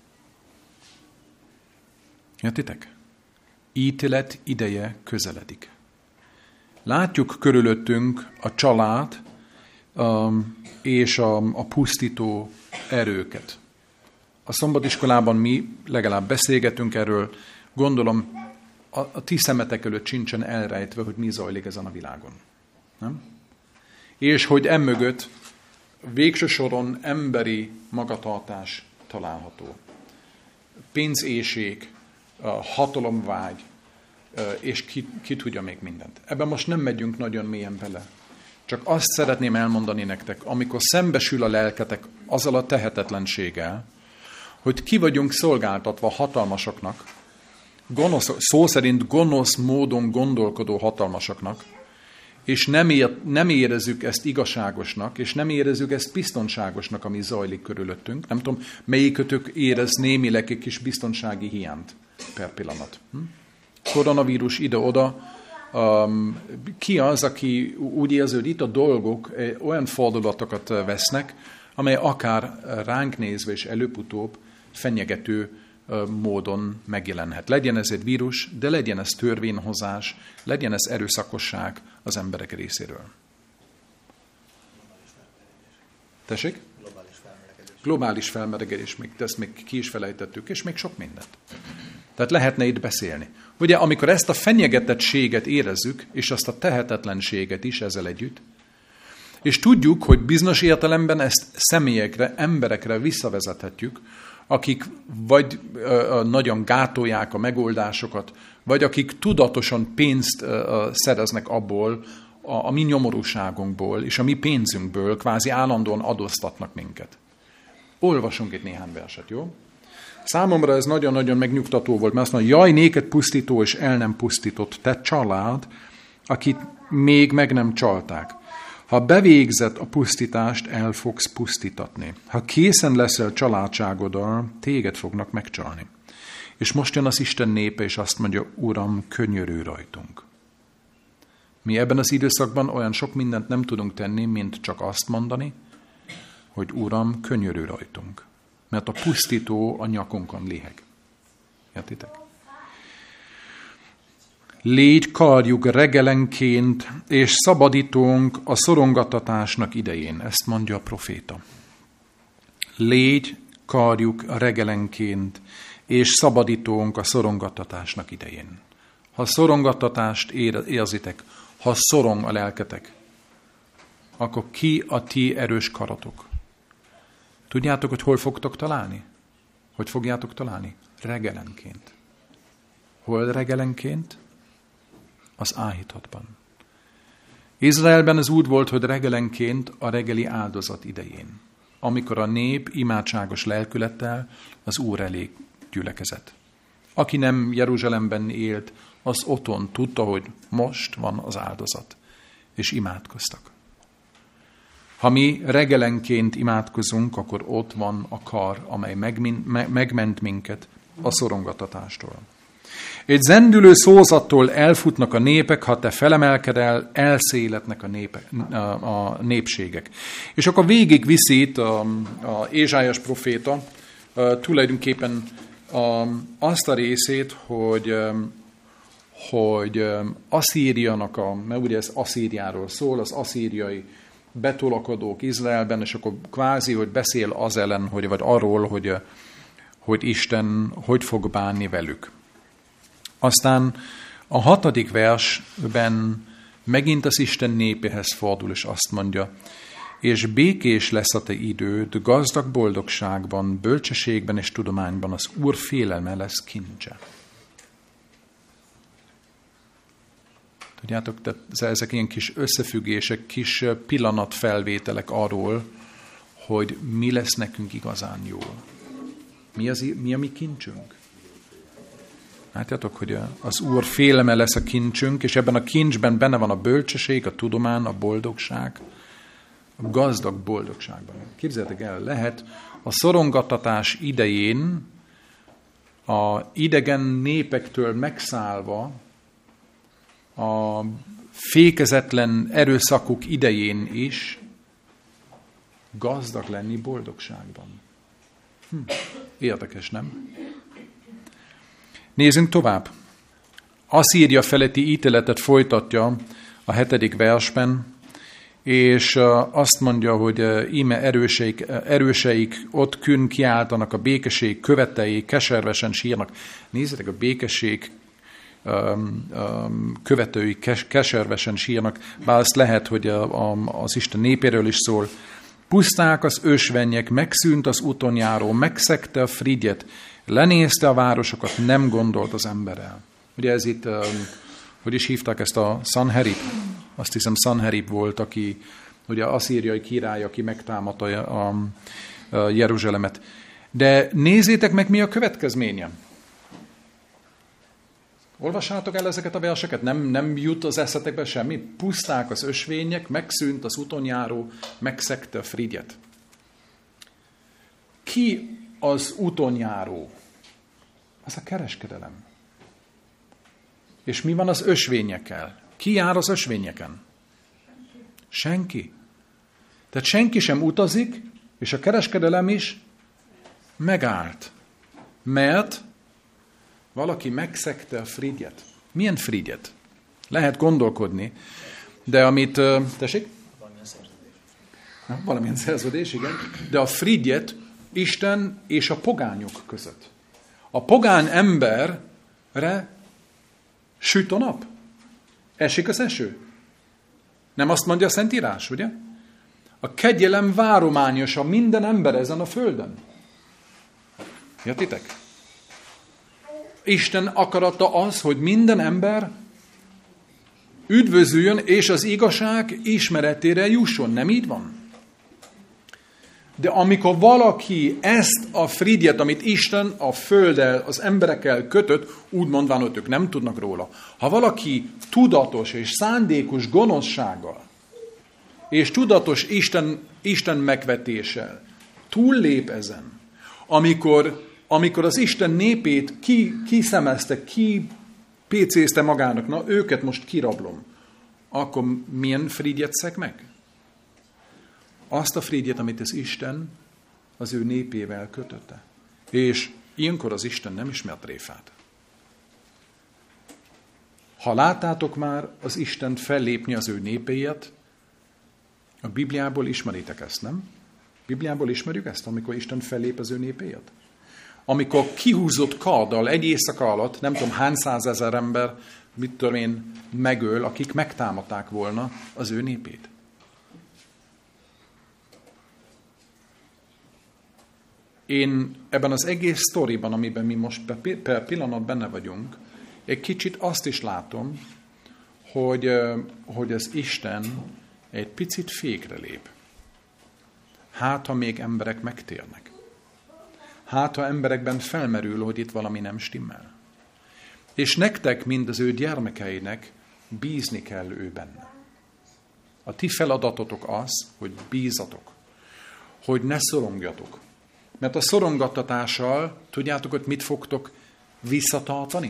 Értitek? Ítélet ideje közeledik. Látjuk körülöttünk a család um, és a, a pusztító erőket. A szombatiskolában mi legalább beszélgetünk erről, gondolom a, a ti szemetek előtt sincsen elrejtve, hogy mi zajlik ezen a világon. Nem? És hogy emögött végső soron emberi magatartás található. Pénzéhség, hatalomvágy, és ki, ki tudja még mindent. Ebben most nem megyünk nagyon mélyen bele. Csak azt szeretném elmondani nektek, amikor szembesül a lelketek azzal a tehetetlenséggel, hogy ki vagyunk szolgáltatva hatalmasoknak, gonosz, szó szerint gonosz módon gondolkodó hatalmasoknak, és nem, ér, nem érezzük ezt igazságosnak, és nem érezzük ezt biztonságosnak, ami zajlik körülöttünk. Nem tudom, melyikötök érez némileg egy kis biztonsági hiányt per pillanat. Hm? Koronavírus ide-oda. Um, ki az, aki úgy érzi, hogy itt a dolgok olyan fordulatokat vesznek, amely akár ránk nézve és előbb-utóbb fenyegető módon megjelenhet. Legyen ez egy vírus, de legyen ez törvényhozás, legyen ez erőszakosság az emberek részéről. Tessék? Globális felmelegedés. Globális felmelegedés, még, ezt még ki is felejtettük, és még sok mindent. Tehát lehetne itt beszélni. Ugye, amikor ezt a fenyegetettséget érezzük, és azt a tehetetlenséget is ezzel együtt, és tudjuk, hogy bizonyos értelemben ezt személyekre, emberekre visszavezethetjük, akik vagy ö, nagyon gátolják a megoldásokat, vagy akik tudatosan pénzt ö, szereznek abból, a, a mi nyomorúságunkból, és a mi pénzünkből kvázi állandóan adóztatnak minket. Olvasunk itt néhány verset, jó? Számomra ez nagyon-nagyon megnyugtató volt, mert azt mondja, jaj, néked pusztító és el nem pusztított, te család, akit még meg nem csalták. Ha bevégzed a pusztítást, el fogsz pusztítatni. Ha készen leszel családságoddal, téged fognak megcsalni. És most jön az Isten népe, és azt mondja, Uram, könyörülj rajtunk. Mi ebben az időszakban olyan sok mindent nem tudunk tenni, mint csak azt mondani, hogy Uram, könyörülj rajtunk. Mert a pusztító a nyakunkon léheg. Értitek? Légy karjuk reggelenként, és szabadítónk a szorongattatásnak idején. Ezt mondja a proféta. Légy karjuk reggelenként, és szabadítónk a szorongattatásnak idején. Ha szorongattatást érzitek, ha szorong a lelketek, akkor ki a ti erős karatok? Tudjátok, hogy hol fogtok találni? Hogy fogjátok találni? Reggelenként. Hol reggelenként? Az áhítatban. Izraelben az úgy volt, hogy reggelenként a reggeli áldozat idején, amikor a nép imádságos lelkülettel az Úr elé gyülekezett. Aki nem Jeruzsálemben élt, az otthon tudta, hogy most van az áldozat, és imádkoztak. Ha mi reggelenként imádkozunk, akkor ott van a kar, amely megment minket a szorongattatástól. Egy zendülő szózattól elfutnak a népek, ha te felemelkedel, elszéletnek a, népek, a népségek. És akkor végig viszi itt a, a Ézsáiás proféta tulajdonképpen azt a részét, hogy, hogy Asszíriának a, mert ugye ez Asszíriáról szól, az asszíriai betolakodók Izraelben, és akkor kvázi, hogy beszél az ellen, hogy, vagy arról, hogy, hogy Isten hogy fog bánni velük. Aztán a hatodik versben megint az Isten népéhez fordul, és azt mondja, és békés lesz a te időd, gazdag boldogságban, bölcsességben és tudományban, az Úr félelme lesz kincse. Tudjátok, tehát ezek ilyen kis összefüggések, kis pillanatfelvételek arról, hogy mi lesz nekünk igazán jó. Mi, az, mi a mi kincsünk? Látjátok, hogy az Úr félelme lesz a kincsünk, és ebben a kincsben benne van a bölcsesség, a tudomány, a boldogság, a gazdag boldogságban. Képzeljétek el, lehet a szorongattatás idején a idegen népektől megszállva, a fékezetlen erőszakuk idején is gazdag lenni boldogságban. Hm. Érdekes, nem? Nézzünk tovább. Asszíria feletti ítéletet folytatja a hetedik versben, és azt mondja, hogy íme erőseik, erőseik ott künn kiáltanak, a békesség követei keservesen sírnak. Nézzétek, a békesség követői keservesen sírnak, bár azt lehet, hogy az Isten népéről is szól. Puszták az ösvennyek, megszűnt az úton járó, megszegte a frigyet, lenézte a városokat, nem gondolt az emberrel. Ugye ez itt, hogy is hívták ezt a Sanherib? Azt hiszem Sanherib volt, aki ugye asszíriai király, aki megtámadta a, a Jeruzsálemet. De nézzétek meg, mi a következménye. Olvassátok el ezeket a verseket, nem, nem jut az eszetekbe semmi. Puszták az ösvények, megszűnt az útonjáró, megszegte a frigyet. Ki az útonjáró? Az a kereskedelem. És mi van az ösvényekkel? Ki jár az ösvényeken? Senki. Tehát senki sem utazik, és a kereskedelem is megállt. Mert valaki megszegte a frigyet. Milyen frigyet? Lehet gondolkodni, de amit... Tessék? Valamilyen szerződés. Valamilyen szerződés, igen. De a frigyet Isten és a pogányok között. A pogány emberre süt a nap. Esik az eső. Nem azt mondja a Szentírás, ugye? A kegyelem várományosa minden ember ezen a földön. Értitek? Isten akarata az, hogy minden ember üdvözüljön, és az igazság ismeretére jusson. Nem így van? De amikor valaki ezt a frigyet, amit Isten a földdel, az emberekkel kötött, úgy mondván, hogy ők nem tudnak róla. Ha valaki tudatos és szándékos gonoszsággal, és tudatos Isten, Isten megvetéssel túllép ezen, amikor, amikor az Isten népét ki, kiszemezte, ki pécézte magának, na őket most kirablom, akkor milyen frigyet szeg meg? Azt a frigyet, amit az Isten az ő népével kötötte. És ilyenkor az Isten nem ismert tréfát. Ha láttátok már az Istent fellépni az ő népéért, a Bibliából ismeritek ezt, nem? Bibliából ismerjük ezt, amikor Isten fellép az ő népéért? Amikor kihúzott karddal egy éjszaka alatt, nem tudom hány százezer ember, mit tudom én, megöl, akik megtámadták volna az ő népét. Én ebben az egész sztoriban, amiben mi most per pillanat benne vagyunk, egy kicsit azt is látom, hogy, hogy az Isten egy picit fékre lép. Hát, ha még emberek megtérnek. Hát, ha emberekben felmerül, hogy itt valami nem stimmel. És nektek, mind az ő gyermekeinek bízni kell ő benne. A ti feladatotok az, hogy bízatok, hogy ne szorongjatok. Mert a szorongattatással, tudjátok, hogy mit fogtok visszatartani?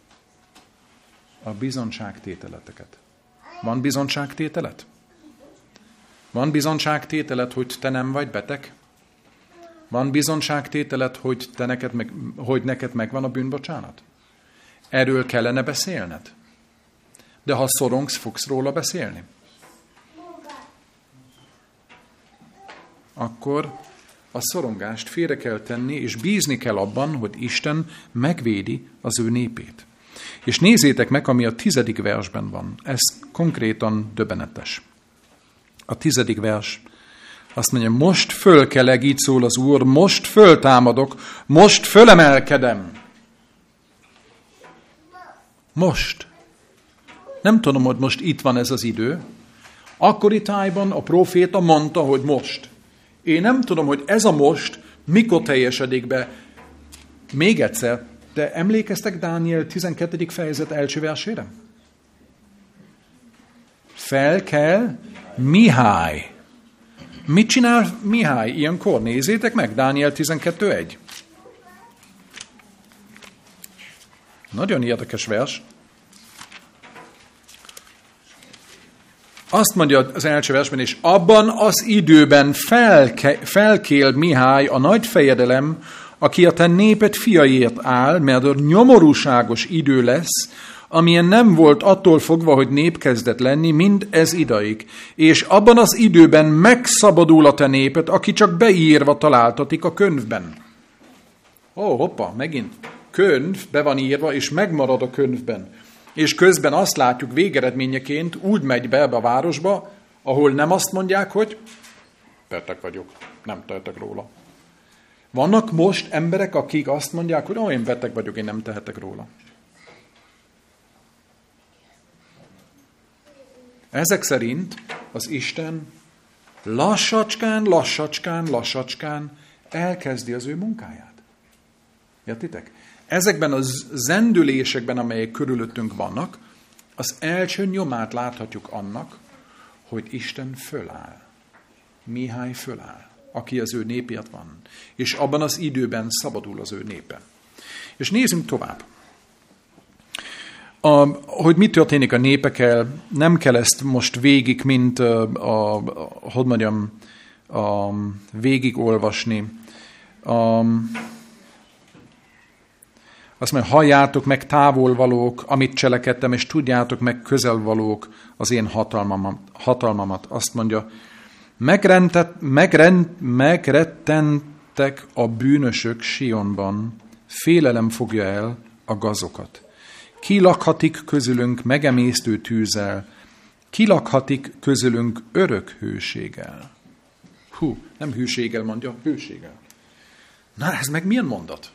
A bizonyságtételeteket. Van bizonyságtételet? Van bizonyságtételet, hogy te nem vagy beteg? Van bizonyságtételet, hogy, te neked meg, hogy neked megvan a bűnbocsánat? Erről kellene beszélned. De ha szorongsz, fogsz róla beszélni? Akkor a szorongást félre kell tenni, és bízni kell abban, hogy Isten megvédi az ő népét. És nézzétek meg, ami a tizedik versben van. Ez konkrétan döbbenetes. A tizedik vers azt mondja, most fölkeleg, így szól az Úr, most föltámadok, most fölemelkedem. Most. Nem tudom, hogy most itt van ez az idő. Akkori tájban a próféta mondta, hogy most. Én nem tudom, hogy ez a most mikor teljesedik be. Még egyszer, de emlékeztek Dániel tizenkettedik fejezet első versére? Fel kell Mihály. Mit csinál Mihály ilyenkor? Nézzétek meg, Dániel tizenkettő egy. Nagyon érdekes vers. Azt mondja az első versben, és abban az időben felke, felkél Mihály, a nagy fejedelem, aki a te néped fiaiért áll, mert a nyomorúságos idő lesz, amilyen nem volt attól fogva, hogy nép kezdett lenni, mind ez idaig. És abban az időben megszabadul a te néped, aki csak beírva találtatik a könyvben. Ó, oh, hoppa, megint. Könyv be van írva, és megmarad a könyvben. És közben azt látjuk végeredményeként, úgy megy be ebbe a városba, ahol nem azt mondják, hogy beteg vagyok, nem tehetek róla. Vannak most emberek, akik azt mondják, hogy ó, én beteg vagyok, én nem tehetek róla. Ezek szerint az Isten lassacskán, lassacskán, lassacskán elkezdi az ő munkáját. Értitek? Ezekben a zendülésekben, amelyek körülöttünk vannak, az első nyomát láthatjuk annak, hogy Isten föláll. Mihály föláll, aki az ő népért van. És abban az időben szabadul az ő népe. És nézzünk tovább. A, hogy mi történik a népekkel, nem kell ezt most végig, mint a, a, a, hogy mondjam, a, végig olvasni. A, Azt mondja, halljátok meg távolvalók, amit cselekedtem, és tudjátok meg közelvalók az én hatalmamat. hatalmamat. Azt mondja, megrendett, megrend, megrettentek a bűnösök Sionban, félelem fogja el a gazokat. Ki lakhatik közülünk megemésztő tűzzel, ki lakhatik közülünk örök hőséggel. Hú, nem hűséggel mondja, hőséggel. Na, ez meg milyen mondat?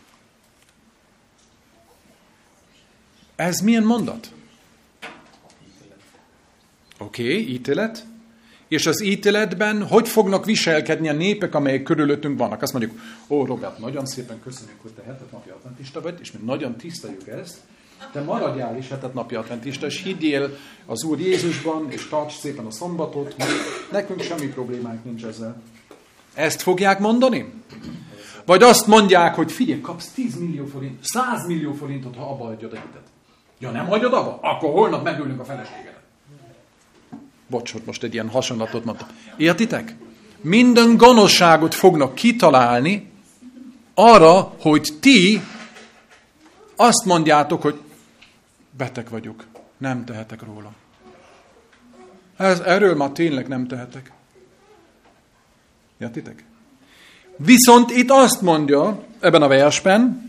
Ez milyen mondat? Oké, okay, ítélet. És az ítéletben hogy fognak viselkedni a népek, amelyek körülöttünk vannak? Azt mondjuk, ó, Robert, nagyon szépen köszönjük, hogy te hetetnapi adventista vagy, és mi nagyon tiszteljük ezt. Te maradjál is hetetnapi adventista, és higgyél az Úr Jézusban, és tarts szépen a szombatot. Nekünk semmi problémánk nincs ezzel. Ezt fogják mondani? Vagy azt mondják, hogy figyelj, kapsz tíz millió forint, száz millió forintot, ha abba hagyod a hitet. Ja, nem hagyod abba? Akkor holnap megölünk a feleségedet. Bocs, hogy most egy ilyen hasonlatot mondtam. Értitek? Minden gonoszságot fognak kitalálni arra, hogy ti azt mondjátok, hogy beteg vagyok, nem tehetek róla. Ez, erről már tényleg nem tehetek. Értitek? Viszont itt azt mondja ebben a versben,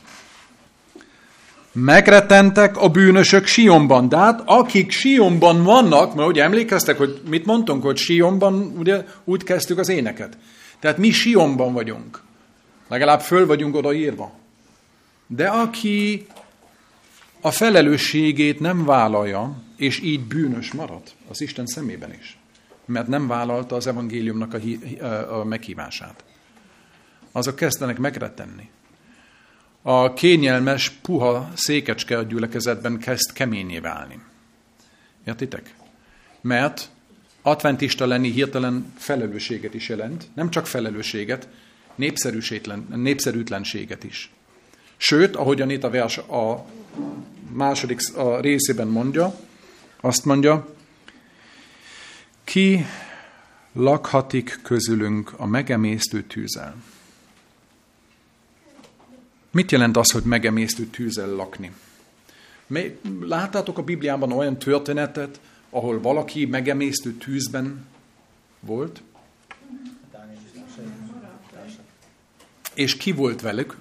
megrettentek a bűnösök Sionban. De hát akik Sionban vannak, mert ugye emlékeztek, hogy mit mondtunk, hogy Sionban ugye, úgy kezdtük az éneket. Tehát mi Sionban vagyunk. Legalább föl vagyunk odaírva. De aki a felelősségét nem vállalja, és így bűnös marad, az Isten szemében is. Mert nem vállalta az evangéliumnak a, hí- a meghívását. Azok kezdenek megrettenni. A kényelmes, puha székecske a gyülekezetben kezd keményé válni. Értitek? Mert adventista lenni hirtelen felelősséget is jelent, nem csak felelősséget, népszerűtlenséget is. Sőt, ahogyan itt a vers a második a részében mondja, azt mondja, ki lakhatik közülünk a megemésztő tűzzel. Mit jelent az, hogy megemésztő tűzzel lakni? Láttátok a Bibliában olyan történetet, ahol valaki megemésztő tűzben volt? És ki volt velük?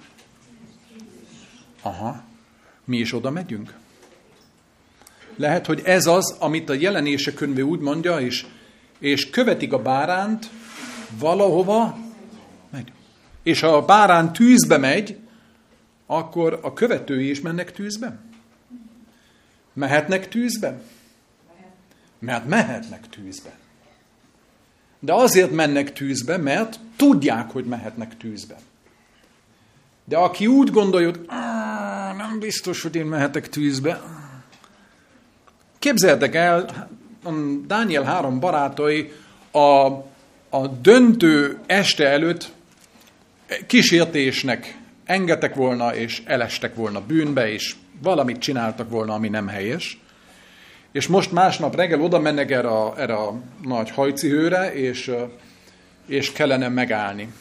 Aha, mi is oda megyünk. Lehet, hogy ez az, amit a Jelenések könyve úgy mondja, és, és követik a báránt, valahova megy. És ha a bárán tűzbe megy, akkor a követői is mennek tűzbe? Mehetnek tűzbe? Mert mehetnek tűzbe. De azért mennek tűzbe, mert tudják, hogy mehetnek tűzbe. De aki úgy gondolja, hogy nem biztos, hogy én mehetek tűzbe. Képzeljétek el, Dániel három barátai a, a döntő este előtt kísértésnek engedtek volna, és elestek volna bűnbe, és valamit csináltak volna, ami nem helyes. És most másnap reggel oda mennek erre a, erre a nagy hajcihőre, és, és kellene megállni.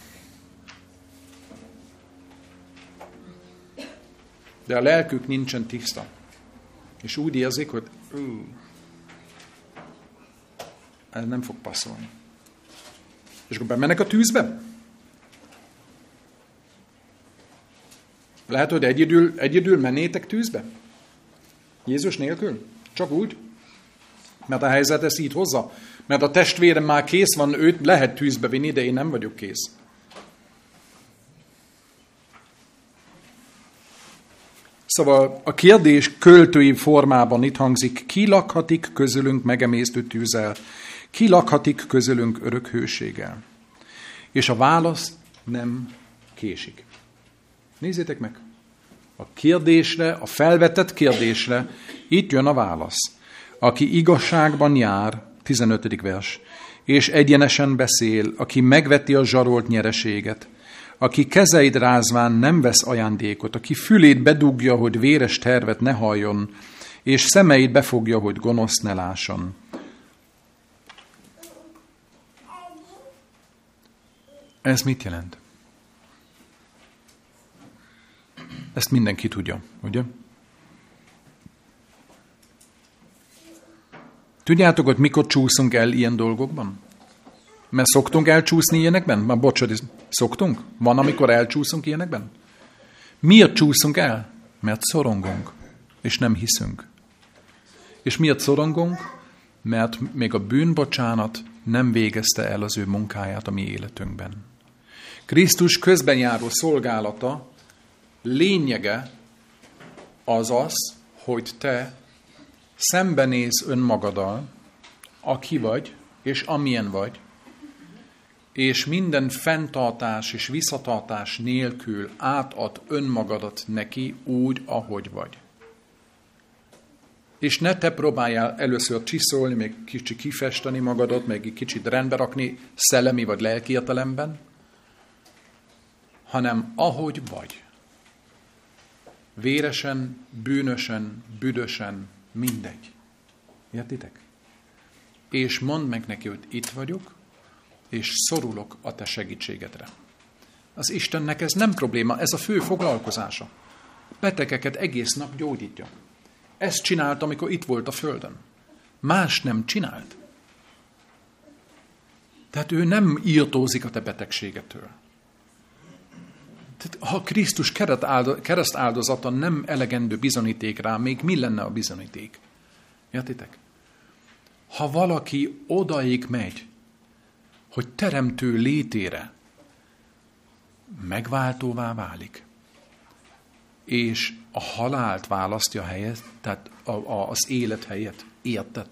De a lelkük nincsen tiszta. És úgy érzik, hogy uh, ez nem fog passzolni. És akkor bemennek a tűzbe? Lehet, hogy egyedül, egyedül mennétek tűzbe? Jézus nélkül? Csak úgy? Mert a helyzet ezt így hozza. Mert a testvérem már kész van, őt lehet tűzbe vinni, de én nem vagyok kész. Szóval a kérdés költői formában itt hangzik, ki lakhatik közülünk megemésztő tűzzel, ki lakhatik közülünk örök hőséggel. És a válasz nem késik. Nézzétek meg! A kérdésre, a felvetett kérdésre itt jön a válasz. Aki igazságban jár, tizenötödik vers, és egyenesen beszél, aki megveti a zsarolt nyereséget, aki kezeit rázván nem vesz ajándékot, aki fülét bedugja, hogy véres tervet ne halljon, és szemeit befogja, hogy gonosz ne lásson. Ez mit jelent? Ezt mindenki tudja, ugye? Tudjátok, hogy mikor csúszunk el ilyen dolgokban? Mert szoktunk elcsúszni ilyenekben? Már bocsánat, szoktunk? Van, amikor elcsúszunk ilyenekben? Miért csúszunk el? Mert szorongunk, és nem hiszünk. És miért szorongunk? Mert még a bűnbocsánat nem végezte el az ő munkáját a mi életünkben. Krisztus közbenjáró szolgálata lényege az az, hogy te szembenéz önmagaddal, aki vagy, és amilyen vagy, és minden fenntartás és visszatartás nélkül átad önmagadat neki úgy, ahogy vagy. És ne te próbáljál először csiszolni, még kicsit kifesteni magadat, meg egy kicsit rendbe rakni szellemi vagy lelki értelemben, hanem ahogy vagy. Véresen, bűnösen, büdösen, mindegy. Értitek? És mondd meg neki, hogy itt vagyok, és szorulok a te segítségedre. Az Istennek ez nem probléma, ez a fő foglalkozása. Betegeket egész nap gyógyítja. Ezt csinált, amikor itt volt a földön. Más nem csinált. Tehát ő nem írtózik a te betegségetől. Tehát, ha Krisztus kereszt áldozata nem elegendő bizonyíték rá, még mi lenne a bizonyíték? Értitek? Ha valaki odaig megy, hogy teremtő létére megváltóvá válik, és a halált választja helyet, tehát a, a, az élet helyett, érted?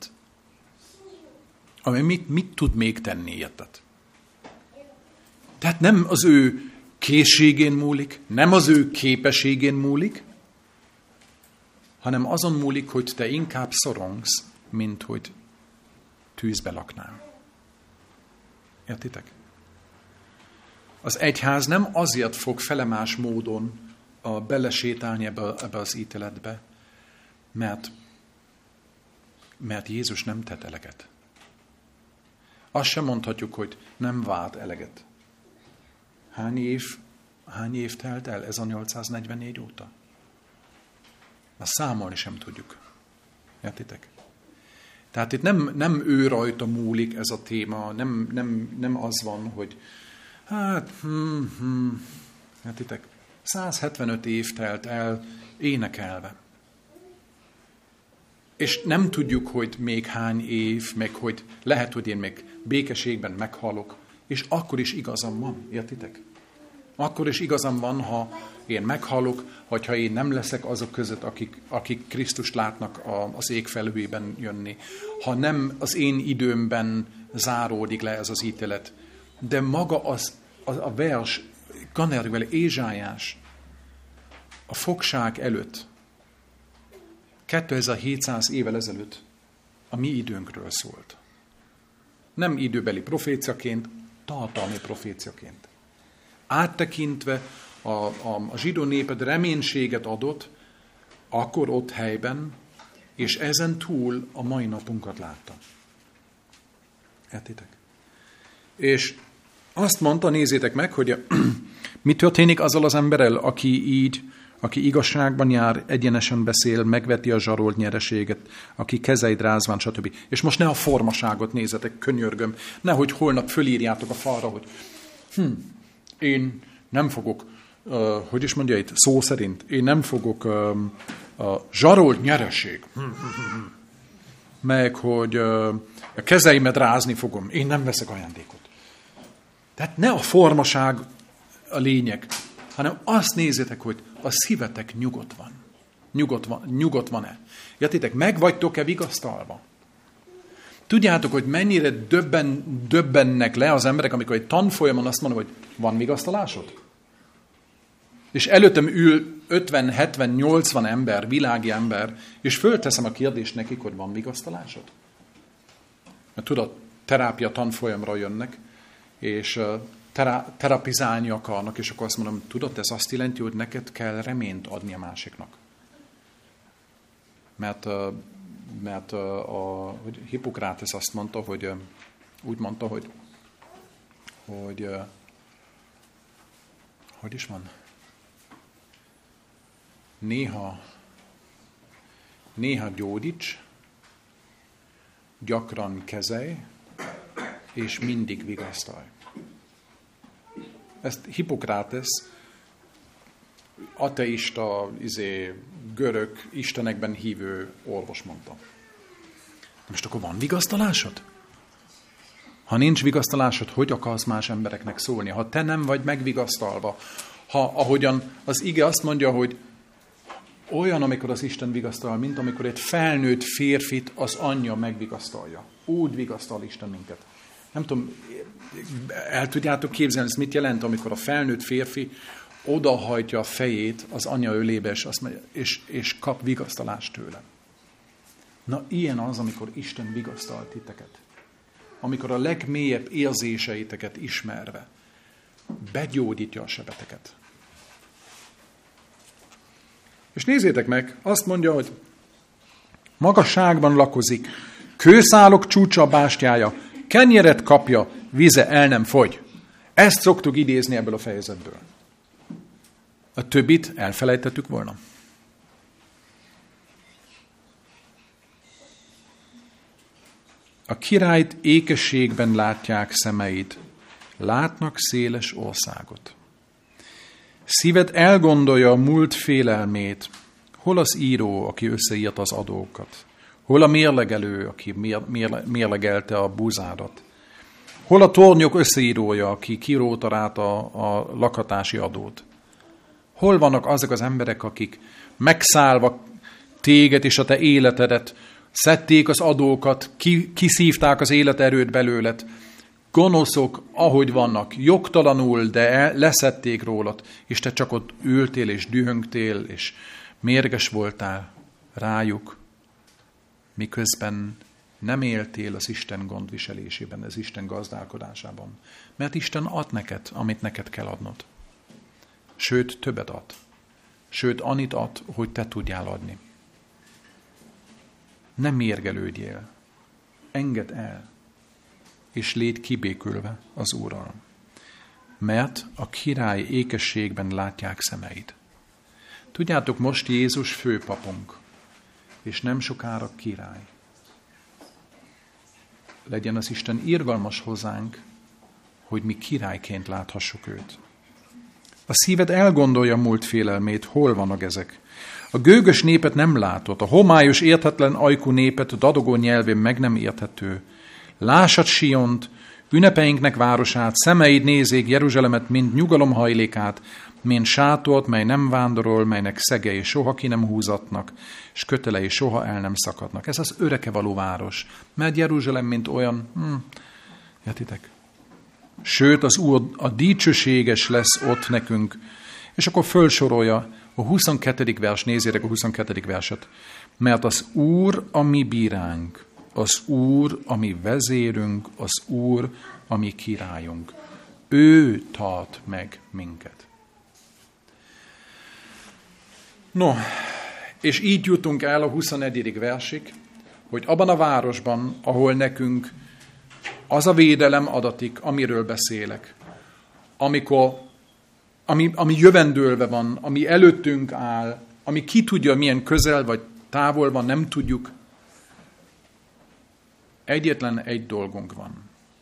Ami mit, mit tud még tenni, érted? Tehát nem az ő készségén múlik, nem az ő képességén múlik, hanem azon múlik, hogy te inkább szorongsz, mint hogy tűzbe laknál. Értitek? Az egyház nem azért fog felemás módon a belesétálni ebbe, ebbe az ítéletbe, mert, mert Jézus nem tett eleget. Azt sem mondhatjuk, hogy nem várt eleget. Hány év, hány év telt el ez a nyolcszáznegyvennégy óta? Azt számolni sem tudjuk. Értitek? Tehát itt nem, nem ő rajta múlik ez a téma, nem, nem, nem az van, hogy hát, hm, hm, értitek? száz hetvenöt év telt el énekelve. És nem tudjuk, hogy még hány év, meg hogy lehet, hogy én még békeségben meghalok, és akkor is igazam van, értitek? Akkor is igazam van, ha én meghalok, vagy ha én nem leszek azok között, akik, akik Krisztust látnak az ég felhőjében jönni. Ha nem az én időmben záródik le ez az ítélet. De maga az, az a vers, Kanervel, Ézsájás, a fogság előtt, kétezer-hétszáz évvel ezelőtt a mi időnkről szólt. Nem időbeli proféciaként, tartalmi proféciaként. Áttekintve a, a, a zsidó néped reménységet adott, akkor ott helyben, és ezen túl a mai napunkat látta. Értitek? És azt mondta, nézzétek meg, hogy mi történik azzal az emberrel, aki így, aki igazságban jár, egyenesen beszél, megveti a zsarolt nyereséget, aki kezeit rázván, stb. És most ne a formaságot nézzetek, könyörgöm, nehogy holnap fölírjátok a falra, hogy hm, én nem fogok, uh, hogy is mondja itt, szó szerint, én nem fogok um, a zsarolt nyereség, meg hogy uh, a kezeimet rázni fogom, én nem veszek ajándékot. Tehát ne a formaság a lényeg, hanem azt nézzétek, hogy a szívetek nyugodt van. Nyugodt, van, nyugodt van-e? Értitek, meg vagytok-e vigasztalva? Tudjátok, hogy mennyire döbben, döbbennek le az emberek, amikor egy tanfolyamon azt mondom, hogy van vigasztalásod? És előttem ül ötven, hetven, nyolcvan ember, világi ember, és fölteszem a kérdést nekik, hogy van vigasztalásod? Mert tudod, terápia tanfolyamra jönnek, és tera, terapizálni akarnak, és akkor azt mondom, tudod, ez azt jelenti, hogy neked kell reményt adni a másiknak. Mert, mert a, a Hippokrates azt mondta, hogy úgy mondta, hogy hogy hogy is van? Néha néha gyógyíts, gyakran kezelj, és mindig vigasztalj. Ezt Hippokrates, ateista, izé, görög, istenekben hívő orvos mondta. Most akkor van vigasztalásod? Ha nincs vigasztalásod, hogy akarsz más embereknek szólni? Ha te nem vagy megvigasztalva, ha ahogyan az ige azt mondja, hogy olyan, amikor az Isten vigasztal, mint amikor egy felnőtt férfit az anyja megvigasztalja. Úgy vigasztal Isten minket. Nem tudom, el tudjátok képzelni, ez mit jelent, amikor a felnőtt férfi odahajtja a fejét az anya ölébe, és, azt mondja, és, és kap vigasztalást tőle. Na, ilyen az, amikor Isten vigasztal titeket. Amikor a legmélyebb érzéseiteket ismerve begyógyítja a sebeteket. És nézzétek meg, azt mondja, hogy magasságban lakozik, kőszálok csúcsa a bástyája, kenyeret kapja, vize el nem fogy. Ezt szoktuk idézni ebből a fejezetből. A többit elfelejtettük volna. A királyt ékességben látják szemeid, látnak széles országot. Szíved elgondolja a múlt félelmét, hol az író, aki összeírt az adókat, hol a mérlegelő, aki mérlegelte a búzárat, hol a tornyok összeírója, aki kiróta rá a, a lakhatási adót. Hol vannak azok az emberek, akik megszállva téged és a te életedet, szedték az adókat, ki, kiszívták az életerőt belőled, gonoszok, ahogy vannak, jogtalanul, de leszedték rólad, és te csak ott ültél, és dühöngtél, és mérges voltál rájuk, miközben nem éltél az Isten gondviselésében, az Isten gazdálkodásában. Mert Isten ad neked, amit neked kell adnod. Sőt, többet ad. Sőt, annyit ad, hogy te tudjál adni. Nem mérgelődjél. Engedd el, és légy kibékülve az Úrral. Mert a király ékességben látják szemeid. Tudjátok, most Jézus főpapunk, és nem sokára király. Legyen az Isten irgalmas hozzánk, hogy mi királyként láthassuk őt. A szíved elgondolja múlt félelmét, hol vannak ezek. A gőgös népet nem látod, a homályos, érthetlen ajkú népet, a dadogó nyelvén meg nem érthető. Lássad Siont, ünnepeinknek városát, szemeid nézzék Jeruzsálemet, mint nyugalom hajlékát, mint sátort, mely nem vándorol, melynek szegei soha ki nem húzatnak, és kötelei soha el nem szakadnak. Ez az örökevaló város, mert Jeruzsálem, mint olyan, hm, értitek? Sőt, az Úr a dicsőséges lesz ott nekünk. És akkor fölsorolja a huszonkettedik vers, nézzétek a huszonkettedik verset. Mert az Úr a mi bíránk, az Úr a mi vezérünk, az Úr a mi királyunk. Ő tart meg minket. No, és így jutunk el a huszonegyedik versig, hogy abban a városban, ahol nekünk az a védelem adatik, amiről beszélek, amikor, ami, ami jövendőlve van, ami előttünk áll, ami ki tudja, milyen közel vagy távol van, nem tudjuk. Egyetlen egy dolgunk van.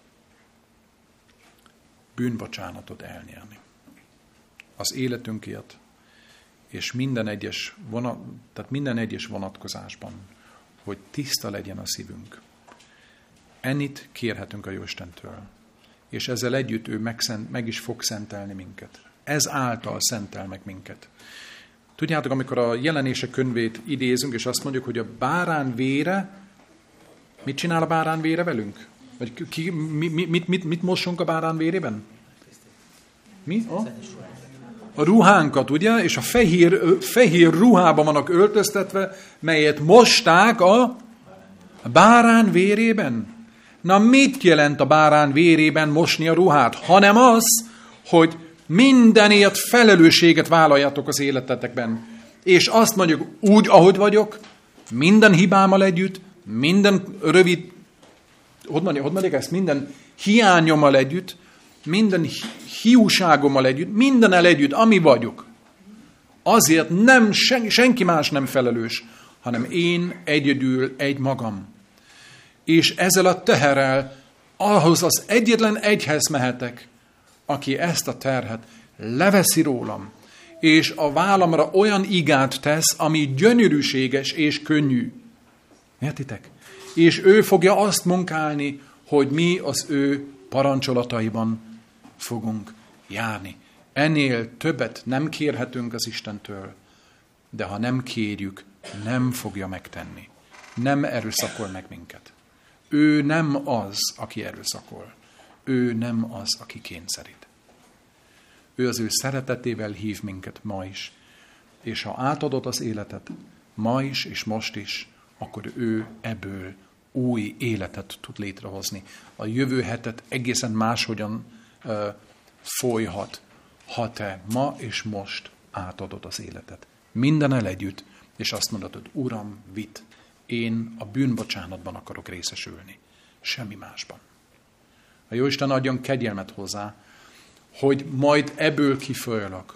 Bűnbocsánatot elnyerni. Az életünkért, és minden egyes, vonat, tehát minden egyes vonatkozásban, hogy tiszta legyen a szívünk. Ennyit kérhetünk a Jóistentől, és ezzel együtt ő megszent, meg is fog szentelni minket. Ez által szentel meg minket. Tudjátok, amikor a Jelenések könyvét idézünk, és azt mondjuk, hogy a bárány vére, mit csinál a bárány vére velünk? Vagy ki, mi, mi, mit, mit, mit mossunk a bárány vérében? Mi? A? A ruhánkat, ugye? És a fehér, fehér ruhában vannak öltöztetve, melyet mosták a bárány vérében. Na, mit jelent a bárány vérében mosni a ruhát? Hanem az, hogy mindenért felelősséget vállaljátok az életetekben. És azt mondjuk, úgy, ahogy vagyok, minden hibámmal együtt, minden rövid, hogy mondjuk, hogy mondjuk ezt, minden hiányommal együtt, minden hiúságommal együtt, mindennel együtt, ami vagyok. Azért nem, sen, senki más nem felelős, hanem én egyedül, egy magam. És ezzel a teherrel ahhoz az egyetlen egyhez mehetek, aki ezt a terhet leveszi rólam, és a vállamra olyan igát tesz, ami gyönyörűséges és könnyű. Értitek? És ő fogja azt munkálni, hogy mi az ő parancsolataiban fogunk járni. Ennél többet nem kérhetünk az Istentől, de ha nem kérjük, nem fogja megtenni. Nem erőszakol meg minket. Ő nem az, aki erőszakol. Ő nem az, aki kényszerít. Ő az ő szeretetével hív minket ma is. És ha átadod az életet, ma is és most is, akkor ő ebből új életet tud létrehozni. A jövő hetet egészen máshogyan uh, folyhat, ha te ma és most átadod az életet. Mindennel együtt, és azt mondod, hogy Uram, vidd, én a bűnbocsánatban akarok részesülni. Semmi másban. A Jóisten adjon kegyelmet hozzá, hogy majd ebből kifolyólag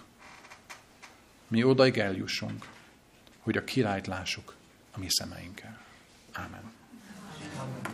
mi odaig eljussunk, hogy a királyt lássuk a mi szemeinkkel. Ámen.